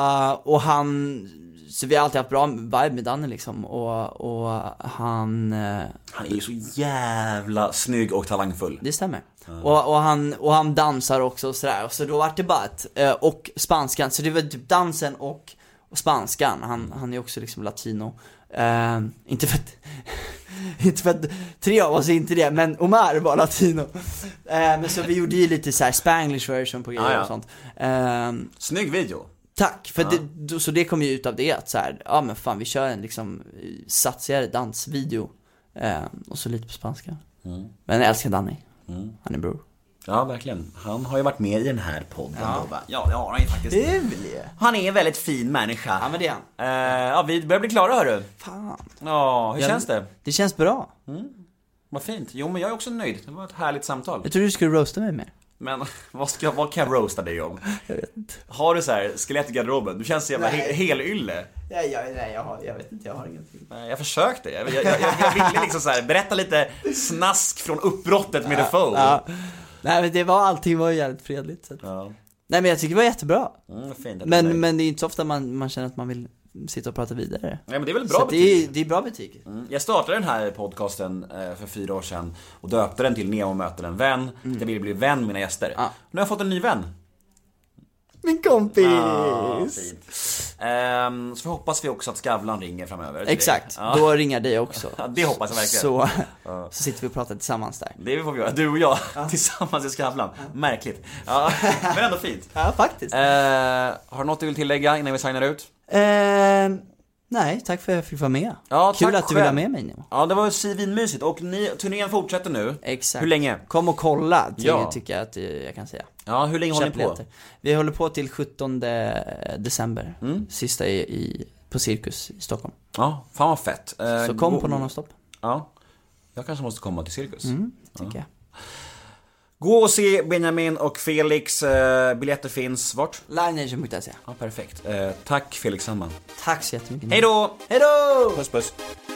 så vi har alltid haft bra vibe med Danny liksom. Och han är ju så jävla snygg och talangfull. Det stämmer. Och han dansar också och sådär. Och så då var det bara och spanskan. Så det var typ dansen och spanskan. Han är också liksom latino. Inte för att 3 av oss är inte det, men Omar var latino. Men så vi gjorde ju lite så här Spanglish version på grejer och sånt. Snygg video. Tack, för så det kom ju ut av det att så här, ja men fan, vi kör en liksom satsigare dansvideo och så lite på spanska. Men jag älskar Danny. Han är bror. Ja, verkligen. Han har ju varit med i den här podden då, va? Ja, det har han ju faktiskt. Han är en väldigt fin människa. Ja, men det är han. Ja, vi börjar bli klara, hörru. Fan. Ja, hur känns det? Det känns bra. Vad fint. Jo, men jag är också nöjd. Det var ett härligt samtal. Jag tror du skulle roasta mig mer. Men vad kan jag roasta dig om? Jag vet inte. Har du så här skelett i garderoben? Du känns så jävla helylle. Nej, jag vet inte, jag har ingenting. Nej, jag försökte. Jag ville liksom så här berätta lite snask från uppbrottet med The Foe. Ja. Nej, men allting var jävligt fredligt. Så att. Ja. Nej, men jag tycker det var jättebra. Fint, men det är inte så ofta man känner att man vill sitta och prata vidare. Nej, men det är väl bra så betyg. Det är bra betyg. Jag startade den här podcasten för 4 år sedan och döpte den till Nemo möter en vän. Jag ville bli vän med mina gäster. Nu har jag fått en ny vän. Min kompis! Fint. Så hoppas vi också att Skavlan ringer framöver. Exakt, då ringer det också. Det hoppas jag verkligen. Så sitter vi och pratar tillsammans där. Det får vi göra, du och jag tillsammans i Skavlan. Märkligt. Men ändå fint. Ja, faktiskt. Har du något du vill tillägga innan vi signar ut? Nej, tack för att jag fick vara med. Kul att du ville ha med mig, Nemo. Ja, det var svinmysigt. Och turnén fortsätter nu. Exakt. Hur länge? Kom och kolla, tycker jag att jag kan säga. Ja, hur länge håller ni på? Vi håller på till 17 december. Sista på Cirkus i Stockholm. Ja, fan vad fett. Så kom på non-stop. Ja, jag kanske måste komma till Cirkus. Tycker jag. Gå och se Benjamin och Felix. Biljetter finns vart? Livenation.se. Ja, perfekt. Tack Felix Sandman. Tack så jättemycket. Hej då! Hej då! Puss puss.